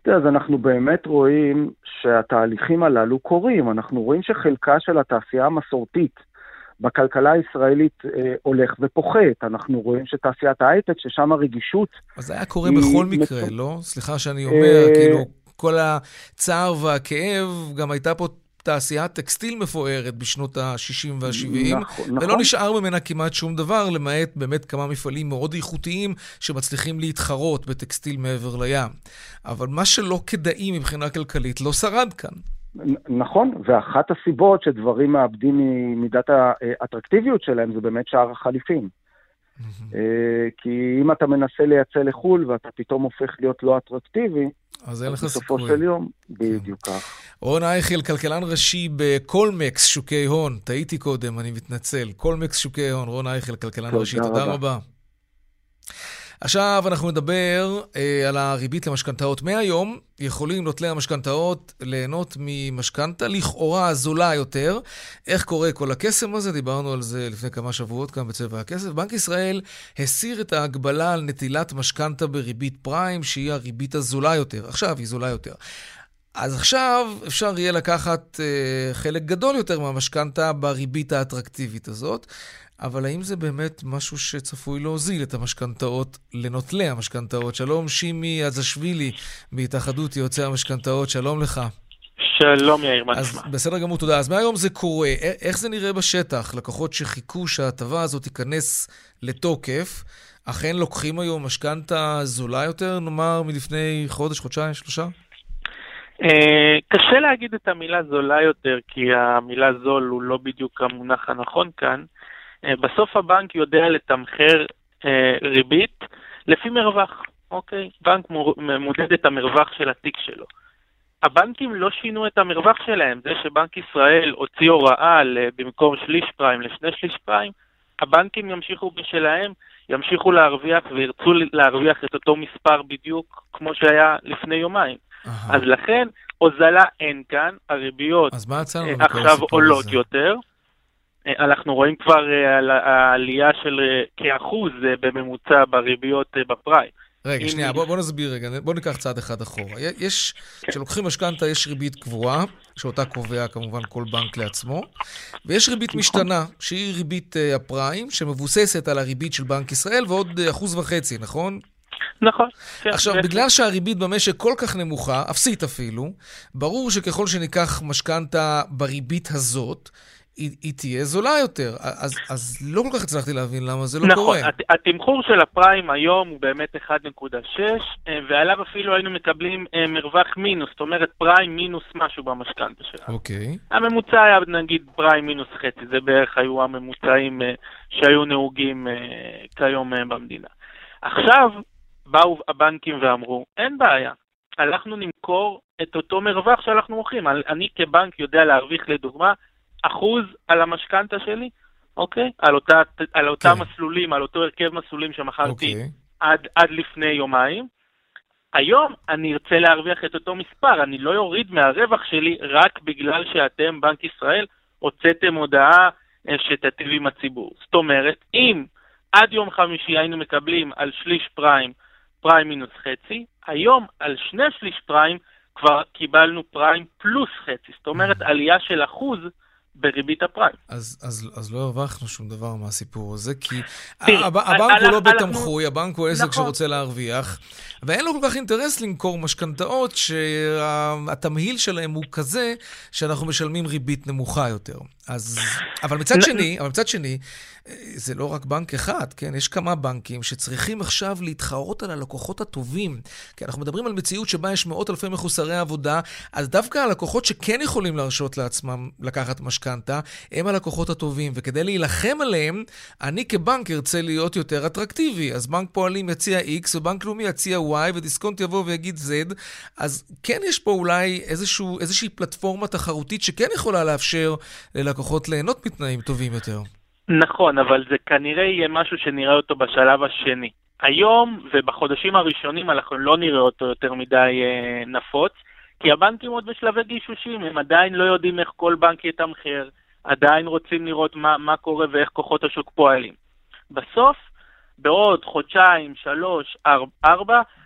אז אנחנו באמת רואים שהתהליכים הללו קורים. אנחנו רואים שחלקה של התעשייה המסורתית בכלכלה הישראלית אה, הולך ופוחת. אנחנו רואים שתעשיית ההייטק, ששם הרגישות... אז זה היה קורה בכל מקרה, מצ... לא? סליחה שאני אומר, אה... כאילו, כל הצער והכאב, גם הייתה פה תעשיית טקסטיל מפוארת בשנות ה-שישים וה-שבעים, נכון, ולא נכון. נשאר ממנה כמעט שום דבר, למעט באמת כמה מפעלים מאוד איכותיים שמצליחים להתחרות בטקסטיל מעבר לים. אבל מה שלא כדאי מבחינה כלכלית לא שרד כאן. נכון, ואחת הסיבות שדברים מאבדים ממידת האטרקטיביות שלהם זה באמת שער החליפין. כי אם אתה מנסה לייצא לחול ואתה פתאום הופך להיות לא אטרקטיבי, אז אין לך בסופו של יום, בדיוק כך. רון אייכיל, כלכלן ראשי בקולמקס שוקי הון, טעיתי קודם, אני מתנצל. קולמקס שוקי הון, רון אייכיל, כלכלן ראשי, תודה רבה. עכשיו אנחנו נדבר אה, על הריבית למשכנתאות. מהיום יכולים נוטלי המשכנתאות ליהנות ממשכנתה לכאורה זולה יותר. איך קורה כל הקסם הזה? דיברנו על זה לפני כמה שבועות כאן בצבע הכסף. בנק ישראל הסיר את ההגבלה על נטילת משכנתה בריבית פריים, שהיא הריבית הזולה יותר. עכשיו היא זולה יותר. אז עכשיו אפשר יהיה לקחת אה, חלק גדול יותר מהמשכנתה בריבית האטרקטיבית הזאת. אבל האם זה באמת משהו שצפוי להוזיל את המשכנתאות לנוטלי המשכנתאות? שלום, שימי עזשווילי בהתאחדות יועצי המשכנתאות, שלום לך. שלום יאיר, מה נשמע? בסדר גמור, תודה. אז מהיום זה קורה. איך זה נראה בשטח? לקוחות שחיכו שההטבה הזאת תיכנס לתוקף, אכן לוקחים היום משכנתה זולה יותר, נאמר מלפני חודש, חודשיים, שלושה? קשה להגיד את המילה זולה יותר, כי המילה זול הוא לא בדיוק המונח הנכון כאן. בסוף הבנק יודע לתמחר אה, ריבית לפי מרווח, אוקיי? בנק מודד את המרווח של התיק שלו. הבנקים לא שינו את המרווח שלהם. זה שבנק ישראל הוציא הוראה במקום שליש פריים לשני שליש פריים, הבנקים ימשיכו בשלהם, ימשיכו להרוויח וירצו להרוויח את אותו מספר בדיוק כמו שהיה לפני יומיים. אז לכן הוזלה אין כאן, הריביות עכשיו עולות יותר. אנחנו רואים כבר על העלייה של כאחוז בממוצע בריביות בפריים. רגע, שנייה, בוא, בוא נסביר רגע, בוא ניקח צעד אחד אחורה. יש, כשלוקחים משכנתה, יש ריבית קבועה, שאותה קובע כמובן כל בנק לעצמו, ויש ריבית משתנה, שהיא ריבית הפריים, שמבוססת על הריבית של בנק ישראל, ועוד אחוז וחצי, נכון? נכון. עכשיו, בגלל שהריבית במשק כל כך נמוכה, אפסית אפילו, ברור שככל שניקח משכנתה בריבית הזאת, היא, היא תהיה זולה יותר. אז, אז לא כל כך הצלחתי להבין למה זה לא נכון, קורה. נכון, התמחור של הפריים היום הוא באמת אחד נקודה שש, ועליו אפילו היינו מקבלים מרווח מינוס, זאת אומרת פריים מינוס משהו במשכנתה שלנו. אוקיי. הממוצע היה נגיד פריים מינוס חצי, זה בערך היו הממוצעים שהיו נהוגים כיום במדינה. עכשיו באו הבנקים ואמרו, אין בעיה, אנחנו נמכור את אותו מרווח שאנחנו מוכרים. אני כבנק יודע להרוויח לדוגמה, אחוז על המשכנתה שלי, אוקיי? על אותה, על אותם מסלולים, על אותו הרכב מסלולים שמכרתי עד, עד לפני יומיים. היום אני ארצה להרוויח את אותו מספר, אני לא יוריד מהרווח שלי רק בגלל שאתם, בנק ישראל, הוצאתם הודעה שתטיב עם הציבור. זאת אומרת, אם עד יום חמישי היינו מקבלים על שליש פריים, פריים מינוס חצי, היום על שני שליש פריים כבר קיבלנו פריים פלוס חצי. זאת אומרת, עלייה של אחוז בריבית הפריים. אז, אז, אז לא הרווחנו שום דבר מהסיפור הזה, כי הבנק הוא לא בתמחוי, הבנק הוא עסק שרוצה להרוויח, ואין לו כל כך אינטרס למכור משכנתאות שהתמהיל שלהם הוא כזה שאנחנו משלמים ריבית נמוכה יותר. אז, אבל מצד שני, אבל מצד שני, זה לא רק בנק אחד, כן? יש כמה בנקים שצריכים עכשיו להתחרות על הלקוחות הטובים, כי אנחנו מדברים על מציאות שבה יש מאות אלפי מחוסרי עבודה, אז דווקא הלקוחות שכן יכולים להרשות לעצמם לקחת משכנתה, הם הלקוחות הטובים, וכדי להילחם עליהם, אני כבנק ארצה להיות יותר אטרקטיבי. אז בנק פועלים יציע X, ובנק לאומי יציע Y, ודיסקונט יבוא ויגיד Z, אז כן יש פה אולי איזשהו, איזושהי פלטפורמה תחרותית שכן יכולה לאפשר ללקוחות ליהנות מתנאים טובים יותר. נכון, אבל זה כנראה יהיה משהו שנראה אותו בשלב השני. היום ובחודשים הראשונים אנחנו לא נראה אותו יותר מדי אה, נפוץ, כי הבנקים עוד בשלבי גישושים, הם עדיין לא יודעים איך כל בנק יתמחר, עדיין רוצים לראות מה, מה קורה ואיך כוחות השוק פועלים. בסוף, בעוד חודשיים, שלוש, ארבע,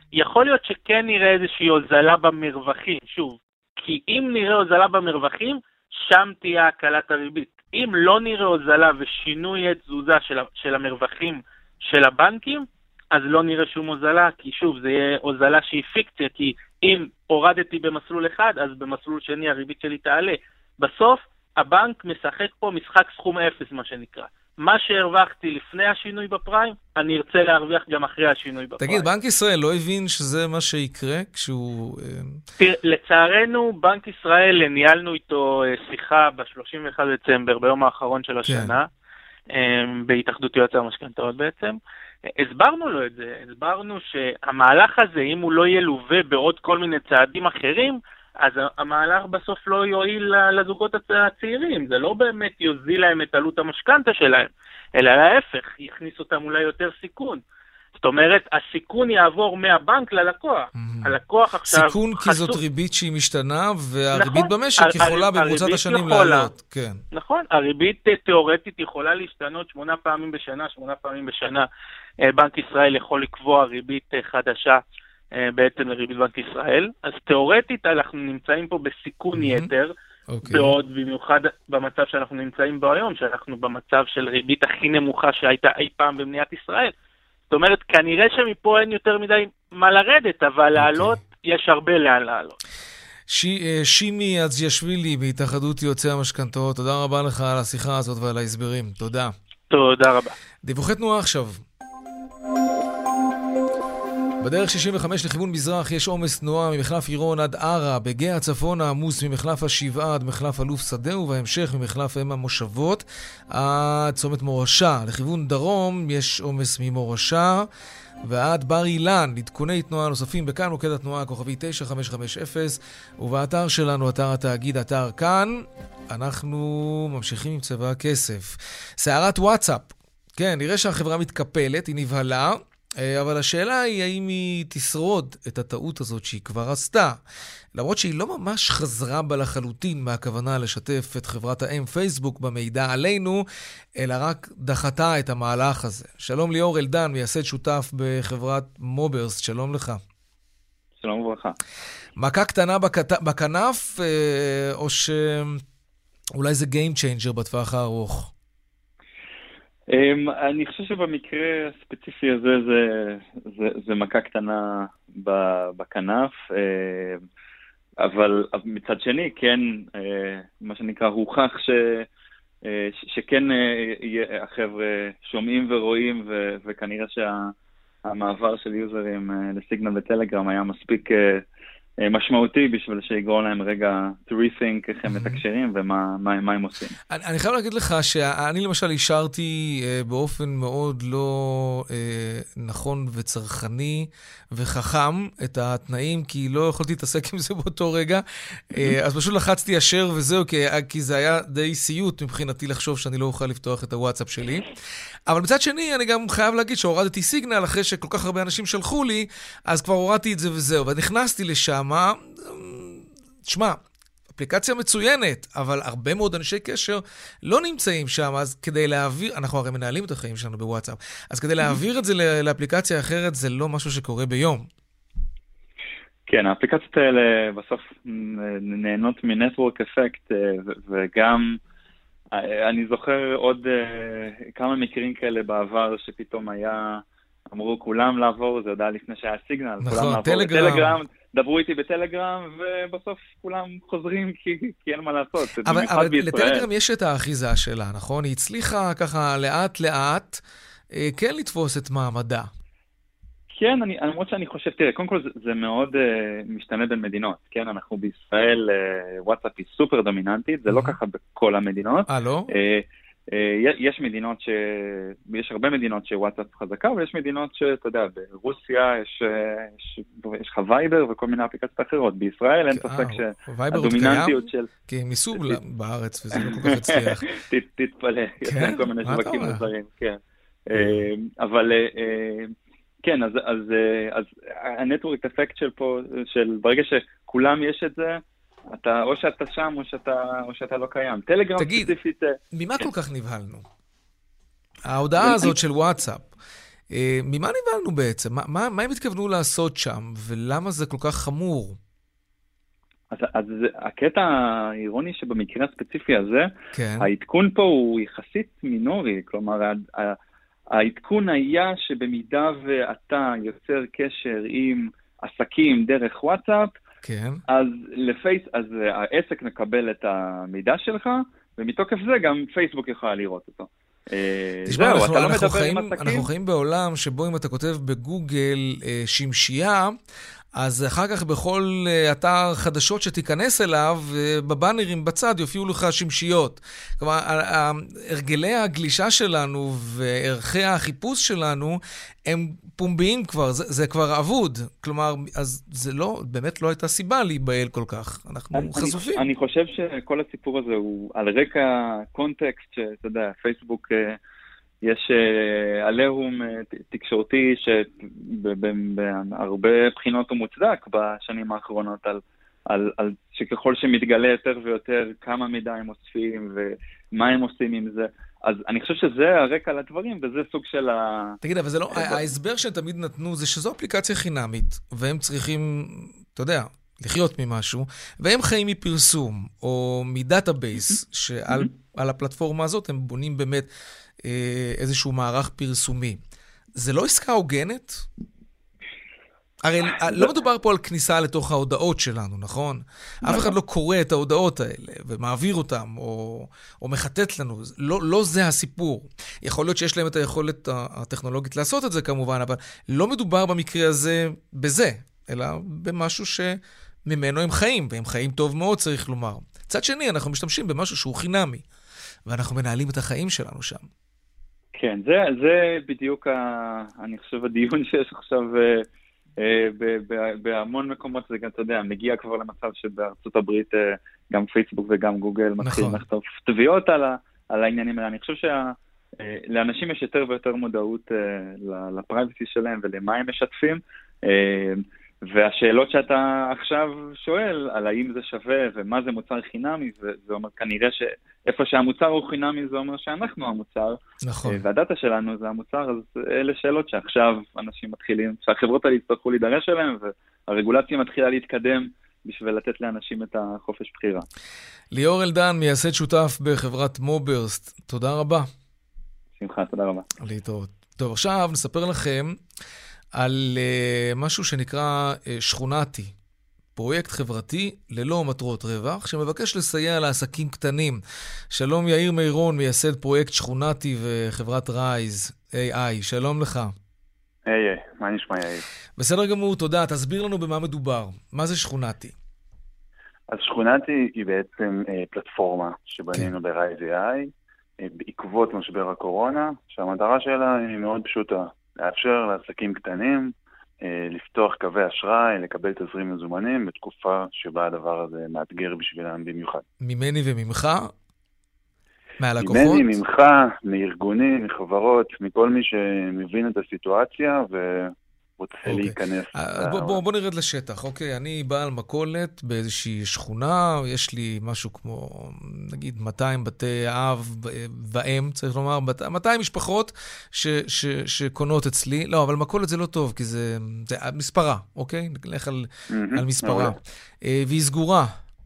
יכול להיות שכן נראה איזושהי הוזלה במרווחים, שוב, כי אם נראה הוזלה במרווחים, שם תהיה הקלת הריבית. אם לא נראה הוזלה ושינוי תזוזה של, של המרווחים של הבנקים, אז לא נראה שום הוזלה, כי שוב, זה יהיה הוזלה שהיא פיקציה, כי אם הורדתי במסלול אחד, אז במסלול שני הריבית שלי תעלה. בסוף, הבנק משחק פה משחק סכום אפס, מה שנקרא. מה שהרווחתי לפני השינוי בפריים, אני ארצה להרוויח גם אחרי השינוי בפריים. תגיד, בנק ישראל לא הבין שזה מה שיקרה כשהוא... תראה, לצערנו, בנק ישראל, ניהלנו איתו שיחה ב-שלושים ואחד דצמבר, ביום האחרון של השנה, כן. בהתאחדות יועצי המשכנתאות בעצם. הסברנו לו את זה, הסברנו שהמהלך הזה, אם הוא לא ילווה בעוד כל מיני צעדים אחרים, אז המהלך בסוף לא יועיל לזוגות הצעירים, זה לא באמת יוזיל להם את עלות המשכנתה שלהם, אלא להפך, יכניס אותם אולי יותר סיכון. זאת אומרת, הסיכון יעבור מהבנק ללקוח. Mm-hmm. הלקוח עכשיו... סיכון חשוף... כי זאת ריבית שהיא משתנה, והריבית נכון, במשק הר... יכולה במרוצת השנים לעלות. כן. נכון, הריבית תיאורטית יכולה להשתנות שמונה פעמים בשנה, שמונה פעמים בשנה. בנק ישראל יכול לקבוע ריבית חדשה, בעצם לריבית בנק ישראל, אז תיאורטית אנחנו נמצאים פה בסיכון mm-hmm. יתר, okay. בעוד במיוחד במצב שאנחנו נמצאים בו היום, שאנחנו במצב של ריבית הכי נמוכה שהייתה אי פעם במדינת ישראל. זאת אומרת, כנראה שמפה אין יותר מדי מה לרדת, אבל okay. לעלות, יש הרבה לאן לעלות. שי, שימי אדזיאשווילי בהתאחדות יועצי המשכנתאות, תודה רבה לך על השיחה הזאת ועל ההסברים. תודה. תודה רבה. דיווחי תנועה עכשיו. בדרך שישים וחמש לכיוון מזרח יש עומס תנועה ממחלף עירון עד ערה, בגאה הצפון העמוס ממחלף השבעה עד מחלף אלוף שדה, ובהמשך ממחלף אם המושבות עד צומת מורשה. לכיוון דרום יש עומס ממורשה ועד בר אילן. עדכוני תנועה נוספים בכאן מוקד התנועה כוכבי תשע חמש חמש אפס, ובאתר שלנו, אתר התאגיד, אתר כאן. אנחנו ממשיכים עם צבע הכסף. סערת וואטסאפ. כן, נראה שהחברה מתקפלת, היא נבהלה, אבל השאלה היא האם היא תשרוד את הטעות הזאת שהיא כבר עשתה. למרות שהיא לא ממש חזרה בה לחלוטין מהכוונה לשתף את חברת האם פייסבוק במידע עלינו, אלא רק דחתה את המהלך הזה. שלום ליאור אלדן, מייסד שותף בחברת מוברסט, שלום לך. שלום וברכה. מכה קטנה בכת... בכנף, או שאולי זה game changer בטווח הארוך? Um, אני חושב שבמקרה הספציפי הזה זה, זה, זה מכה קטנה בכנף, uh, אבל מצד שני, כן, uh, מה שנקרא, הוכח ש, uh, שכן uh, החבר'ה שומעים ורואים, ו, וכנראה שהמעבר של יוזרים uh, לסיגנל וטלגרם היה מספיק... Uh, משמעותי בשביל שיגרום להם רגע to rethink איך הם מתקשרים ומה מה, מה הם עושים. אני, אני חייב להגיד לך שאני למשל אישרתי אה, באופן מאוד לא אה, נכון וצרכני וחכם את התנאים, כי לא יכולתי להתעסק עם זה באותו רגע, אה, אז פשוט לחצתי אשר וזהו, כי, כי זה היה די סיוט מבחינתי לחשוב שאני לא אוכל לפתוח את הוואטסאפ שלי. אבל מצד שני, אני גם חייב להגיד שהורדתי סיגנל אחרי שכל כך הרבה אנשים שלחו לי, אז כבר הורדתי את זה וזהו, ונכנסתי לשם. תשמע, אפליקציה מצוינת, אבל הרבה מאוד אנשי קשר לא נמצאים שם, אז כדי להעביר, אנחנו הרי מנהלים את החיים שלנו בוואטסאפ, אז כדי להעביר את זה לאפליקציה אחרת, זה לא משהו שקורה ביום. כן, האפליקציות האלה בסוף נהנות מנטוורק אפקט, וגם אני זוכר עוד כמה מקרים כאלה בעבר שפתאום היה, אמרו כולם לעבור, זה יודע לפני שהיה סיגנל, נכון, טלגרם. דברו איתי בטלגרם, ובסוף כולם חוזרים כי, כי אין מה לעשות. אבל, אבל לטלגרם יש את האחיזה שלה, נכון? היא הצליחה ככה לאט לאט אה, כן לתפוס את מעמדה. כן, אני, למרות שאני חושב, תראה, קודם כל זה, זה מאוד uh, משתנה בין מדינות, כן? אנחנו בישראל, uh, וואטסאפ היא סופר דומיננטית, זה mm-hmm. לא ככה בכל המדינות. אה, לא? Uh, uh, יש מדינות ש... יש הרבה מדינות שוואטסאפ חזקה, ויש מדינות שאתה יודע, ברוסיה יש, יש, יש לך וייבר וכל מיני אפליקציות אחרות. בישראל אין ספק שהדומיננטיות של... כי הם ניסו בארץ וזה לא כל כך הצליח. תתפלא, יש להם כל מיני שווקים מוזרים, כן. אבל... כן, אז, אז, אז הנטוורק אפקט של פה, של ברגע שכולם יש את זה, אתה, או שאתה שם או שאתה, או שאתה לא קיים. טלגרם תגיד, ספציפית... ממה כל כך נבהלנו? ההודעה הזאת של וואטסאפ, ממה נבהלנו בעצם? מה, מה, מה הם התכוונו לעשות שם, ולמה זה כל כך חמור? אז, אז הקטע האירוני שבמקרה הספציפי הזה, כן. העדכון פה הוא יחסית מינורי, כלומר, העדכון היה שבמידה ואתה יוצר קשר עם עסקים דרך וואטסאפ, כן. אז, לפייס, אז העסק מקבל את המידע שלך, ומתוקף זה גם פייסבוק יכולה לראות אותו. תשמע, אנחנו, לא אנחנו, חיים, אנחנו חיים בעולם שבו אם אתה כותב בגוגל שמשייה, אז אחר כך בכל אתר חדשות שתיכנס אליו, בבאנרים בצד יופיעו לך שמשיות. כלומר, הרגלי הגלישה שלנו וערכי החיפוש שלנו הם פומביים כבר, זה, זה כבר אבוד. כלומר, אז זה לא, באמת לא הייתה סיבה להיבהל כל כך. אנחנו אני, חשופים. אני, אני חושב שכל הסיפור הזה הוא על רקע קונטקסט, שאתה יודע, פייסבוק... יש עליהום תקשורתי שבהרבה בחינות הוא מוצדק בשנים האחרונות על, על, על שככל שמתגלה יותר ויותר כמה מידע הם אוספים ומה הם עושים עם זה. אז אני חושב שזה הרקע לדברים, וזה סוג של ה... תגיד, אבל זה לא... ההסבר שהם תמיד נתנו זה שזו אפליקציה חינמית, והם צריכים, אתה יודע, לחיות ממשהו, והם חיים מפרסום, או מדאטאבייס, שעל על הפלטפורמה הזאת הם בונים באמת איזשהו מערך פרסומי. זה לא עסקה הוגנת? הרי לא מדובר פה על כניסה לתוך ההודעות שלנו, נכון? אף אחד לא קורא את ההודעות האלה ומעביר אותם או, או מחטט לנו. לא, לא זה הסיפור. יכול להיות שיש להם את היכולת הטכנולוגית לעשות את זה כמובן, אבל לא מדובר במקרה הזה בזה, אלא במשהו שממנו הם חיים, והם חיים טוב מאוד, צריך לומר. צד שני, אנחנו משתמשים במשהו שהוא חינמי, ואנחנו מנהלים את החיים שלנו שם. כן, זה, זה בדיוק, ה, אני חושב, הדיון שיש עכשיו אה, אה, ב, ב, בהמון מקומות, זה גם, אתה יודע, מגיע כבר למצב שבארצות הברית אה, גם פייסבוק וגם גוגל מתחילים לכתוב תביעות על, ה, על העניינים האלה. אני חושב שלאנשים יש יותר ויותר מודעות אה, לפרייבסי שלהם ולמה הם משתפים, אה, והשאלות שאתה עכשיו שואל על האם זה שווה ומה זה מוצר חינמי, זה אומר כנראה שאיפה שהמוצר הוא חינמי זה אומר שאנחנו המוצר, נכון. והדאטה שלנו זה המוצר, אז אלה שאלות שעכשיו אנשים מתחילים, שהחברות האלה יצטרכו להידרש אליהם, והרגולציה מתחילה להתקדם בשביל לתת לאנשים את החופש בחירה. ליאור אלדן, מייסד שותף בחברת מוברסט, תודה רבה. שמחה, תודה רבה. להתראות. טוב, עכשיו נספר לכם על uh, משהו שנקרא uh, שכונתי, פרויקט חברתי ללא מטרות רווח, שמבקש לסייע לעסקים קטנים. שלום יאיר מירון, מייסד פרויקט שכונתי וחברת רייז איי איי, שלום לך. היי, hey, היי, hey. מה נשמע יאיר? בסדר גמור, תודה. תסביר לנו במה מדובר. מה זה שכונתי? אז שכונתי היא בעצם uh, פלטפורמה שבנינו okay. ברייז איי איי, uh, בעקבות משבר הקורונה, שהמטרה שלה היא מאוד פשוטה. לאפשר לעסקים קטנים, לפתוח קווי אשראי, לקבל תזרים מזומנים בתקופה שבה הדבר הזה מאתגר בשבילם במיוחד. ממני וממך? מהלקוחות? ממני, ממך, מארגונים, מחברות, מכל מי שמבין את הסיטואציה ורוצה okay. להיכנס. בוא, בוא, בוא נרד לשטח, אוקיי? אני בעל מכולת באיזושהי שכונה, יש לי משהו כמו, נגיד, מאתיים בתי אב ואם, צריך לומר, מאתיים משפחות ש, ש, שקונות אצלי. לא, אבל מכולת זה לא טוב, כי זה, זה מספרה, אוקיי? נלך על, mm-hmm. על מספרה. והיא סגורה.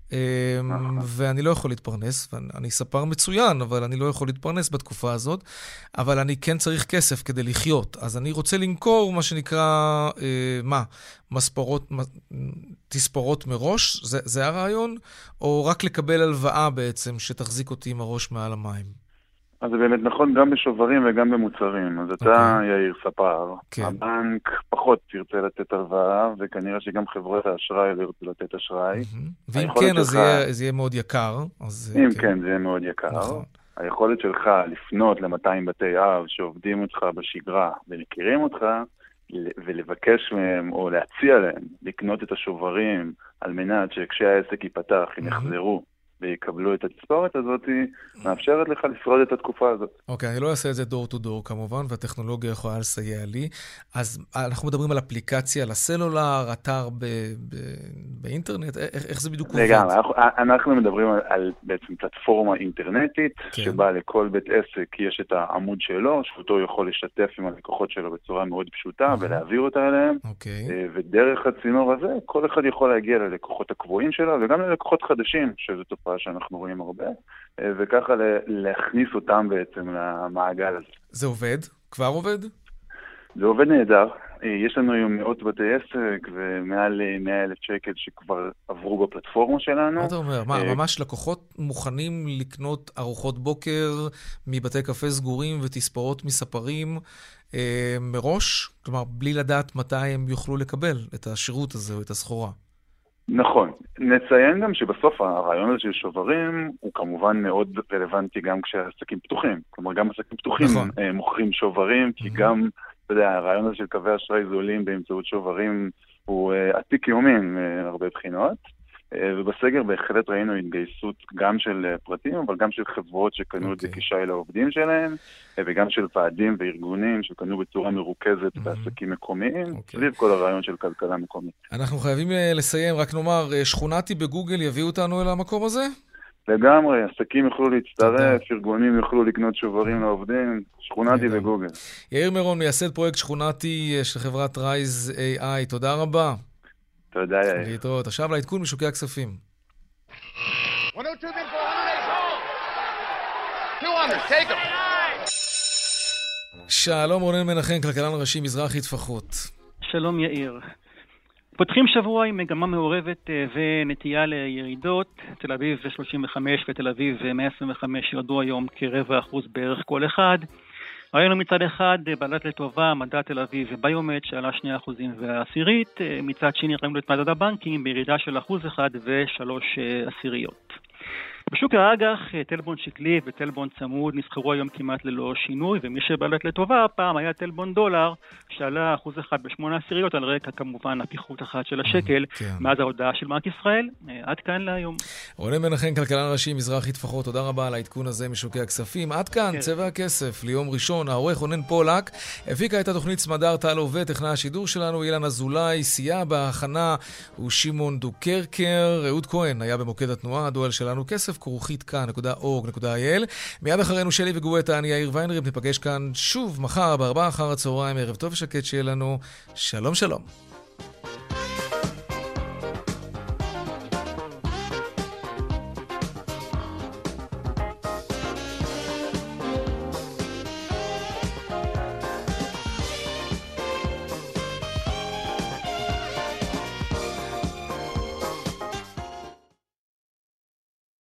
ואני לא יכול להתפרנס, ואני ספר מצוין, אבל אני לא יכול להתפרנס בתקופה הזאת, אבל אני כן צריך כסף כדי לחיות. אז אני רוצה למכור מה שנקרא, מה? מספרות, תספורות מראש? זה, זה הרעיון? או רק לקבל הלוואה בעצם שתחזיק אותי עם הראש מעל המים? אז זה באמת נכון גם בשוברים וגם במוצרים. אז אתה, okay. יאיר ספר, כן. הבנק פחות ירצה לתת הלוואה, וכנראה שגם חברות האשראי לא ירצו לתת אשראי. Mm-hmm. ואם כן, אז, שלך... יהיה, אז יהיה מאוד יקר. אז אם כן. כן, זה יהיה מאוד יקר. נכון. היכולת שלך לפנות ל-מאתיים בתי אב שעובדים אותך בשגרה ומכירים אותך, ולבקש מהם או להציע להם לקנות את השוברים על מנת שכשהעסק ייפתח הם יחזרו ויקבלו את התספורת הזאת, מאפשרת לך לשרוד את התקופה הזאת. אוקיי, okay, אני לא אעשה את זה דור טו דור כמובן, והטכנולוגיה יכולה לסייע לי. אז אנחנו מדברים על אפליקציה לסלולר, אתר ב- ב- באינטרנט, איך, איך זה בדיוק עובד? לגמרי, אנחנו, אנחנו מדברים על, על בעצם פלטפורמה אינטרנטית, כן. שבה לכל בית עסק יש את העמוד שלו, שאותו יכול לשתף עם הלקוחות שלו בצורה מאוד פשוטה, okay. ולהעביר אותה אליהם. אוקיי. Okay. ודרך הצינור הזה, כל אחד יכול להגיע ללקוחות הקבועים שלו, וגם ללקוחות חדשים, שזו תופעה שאנחנו רואים הרבה, וככה להכניס אותם בעצם למעגל הזה. זה עובד? כבר עובד? זה עובד נהדר. יש לנו היום מאות בתי עסק ומעל מאה אלף שקל שכבר עברו בפלטפורמה שלנו. מה אתה אומר? מה, ממש לקוחות מוכנים לקנות ארוחות בוקר מבתי קפה סגורים ותספורות מספרים אה, מראש? כלומר, בלי לדעת מתי הם יוכלו לקבל את השירות הזה או את הסחורה. נכון. נציין גם שבסוף הרעיון הזה של שוברים הוא כמובן מאוד רלוונטי גם כשהעסקים פתוחים. כלומר, גם עסקים פתוחים נכון. מוכרים שוברים, כי גם, אתה יודע, הרעיון הזה של קווי אשראי זולים באמצעות שוברים הוא עתיק יומין מהרבה בחינות. ובסגר בהחלט ראינו התגייסות גם של פרטים, אבל גם של חברות שקנו את זה כשי לעובדים שלהם, וגם של ועדים וארגונים שקנו בצורה מרוכזת בעסקים מקומיים, סביב כל הרעיון של כלכלה מקומית. אנחנו חייבים לסיים, רק נאמר, שכונתי בגוגל יביאו אותנו אל המקום הזה? לגמרי, עסקים יוכלו להצטרף, ארגונים יוכלו לקנות שוברים לעובדים, שכונתי בגוגל. יאיר מירון, מייסד פרויקט שכונתי של חברת רייז איי איי, תודה רבה. תודה, יאיר. להתראות. עכשיו לעדכון משוקי הכספים. שלום רונן מנחם, כלכלן ראשי מזרחי טפחות. שלום יאיר. פותחים שבוע עם מגמה מעורבת ונטייה לירידות. תל אביב שלושים וחמש ותל אביב מאה עשרים וחמש ירדו היום כרבע אחוז בערך כל אחד. ראינו מצד אחד בעלת לטובה מדד תל אביב וביומט שעלה שני אחוזים ועשירית, מצד שני ראינו את מדד הבנקים בירידה של אחוז אחד ושלוש עשיריות. בשוק האג"ח טלבון שקלי וטלבון צמוד נסחרו היום כמעט ללא שינוי, ומי שבעלת לטובה הפעם היה טלבון דולר שעלה אחוז אחד בשמונה עשיריות על רקע כמובן הפיחות אחת של השקל כן. מאז ההודעה של בנק ישראל. עד כאן להיום. רונן מנחם, כלכלן ראשי מזרחי טפחות, תודה רבה על העדכון הזה משוקי הכספים. עד כאן כן. צבע הכסף ליום ראשון. העורך רונן פולק הפיקה את התוכנית סמדר טל עובד, טכנאי השידור שלנו אילן אזולאי, סייע בהכנה הוא שמעון דוקרקר, אהוד כהן היה במוקד התנועה, הדואל שלנו כסף כרוכית כאן נקודה אורג נקודה איי אל. מיד אחרינו שלי וגואטה, אני יאיר ויינריב, ניפגש כאן שוב מחר בארבע אחר הצהריים. ערב טוב ושקט שיהיה לנו. שלום שלום.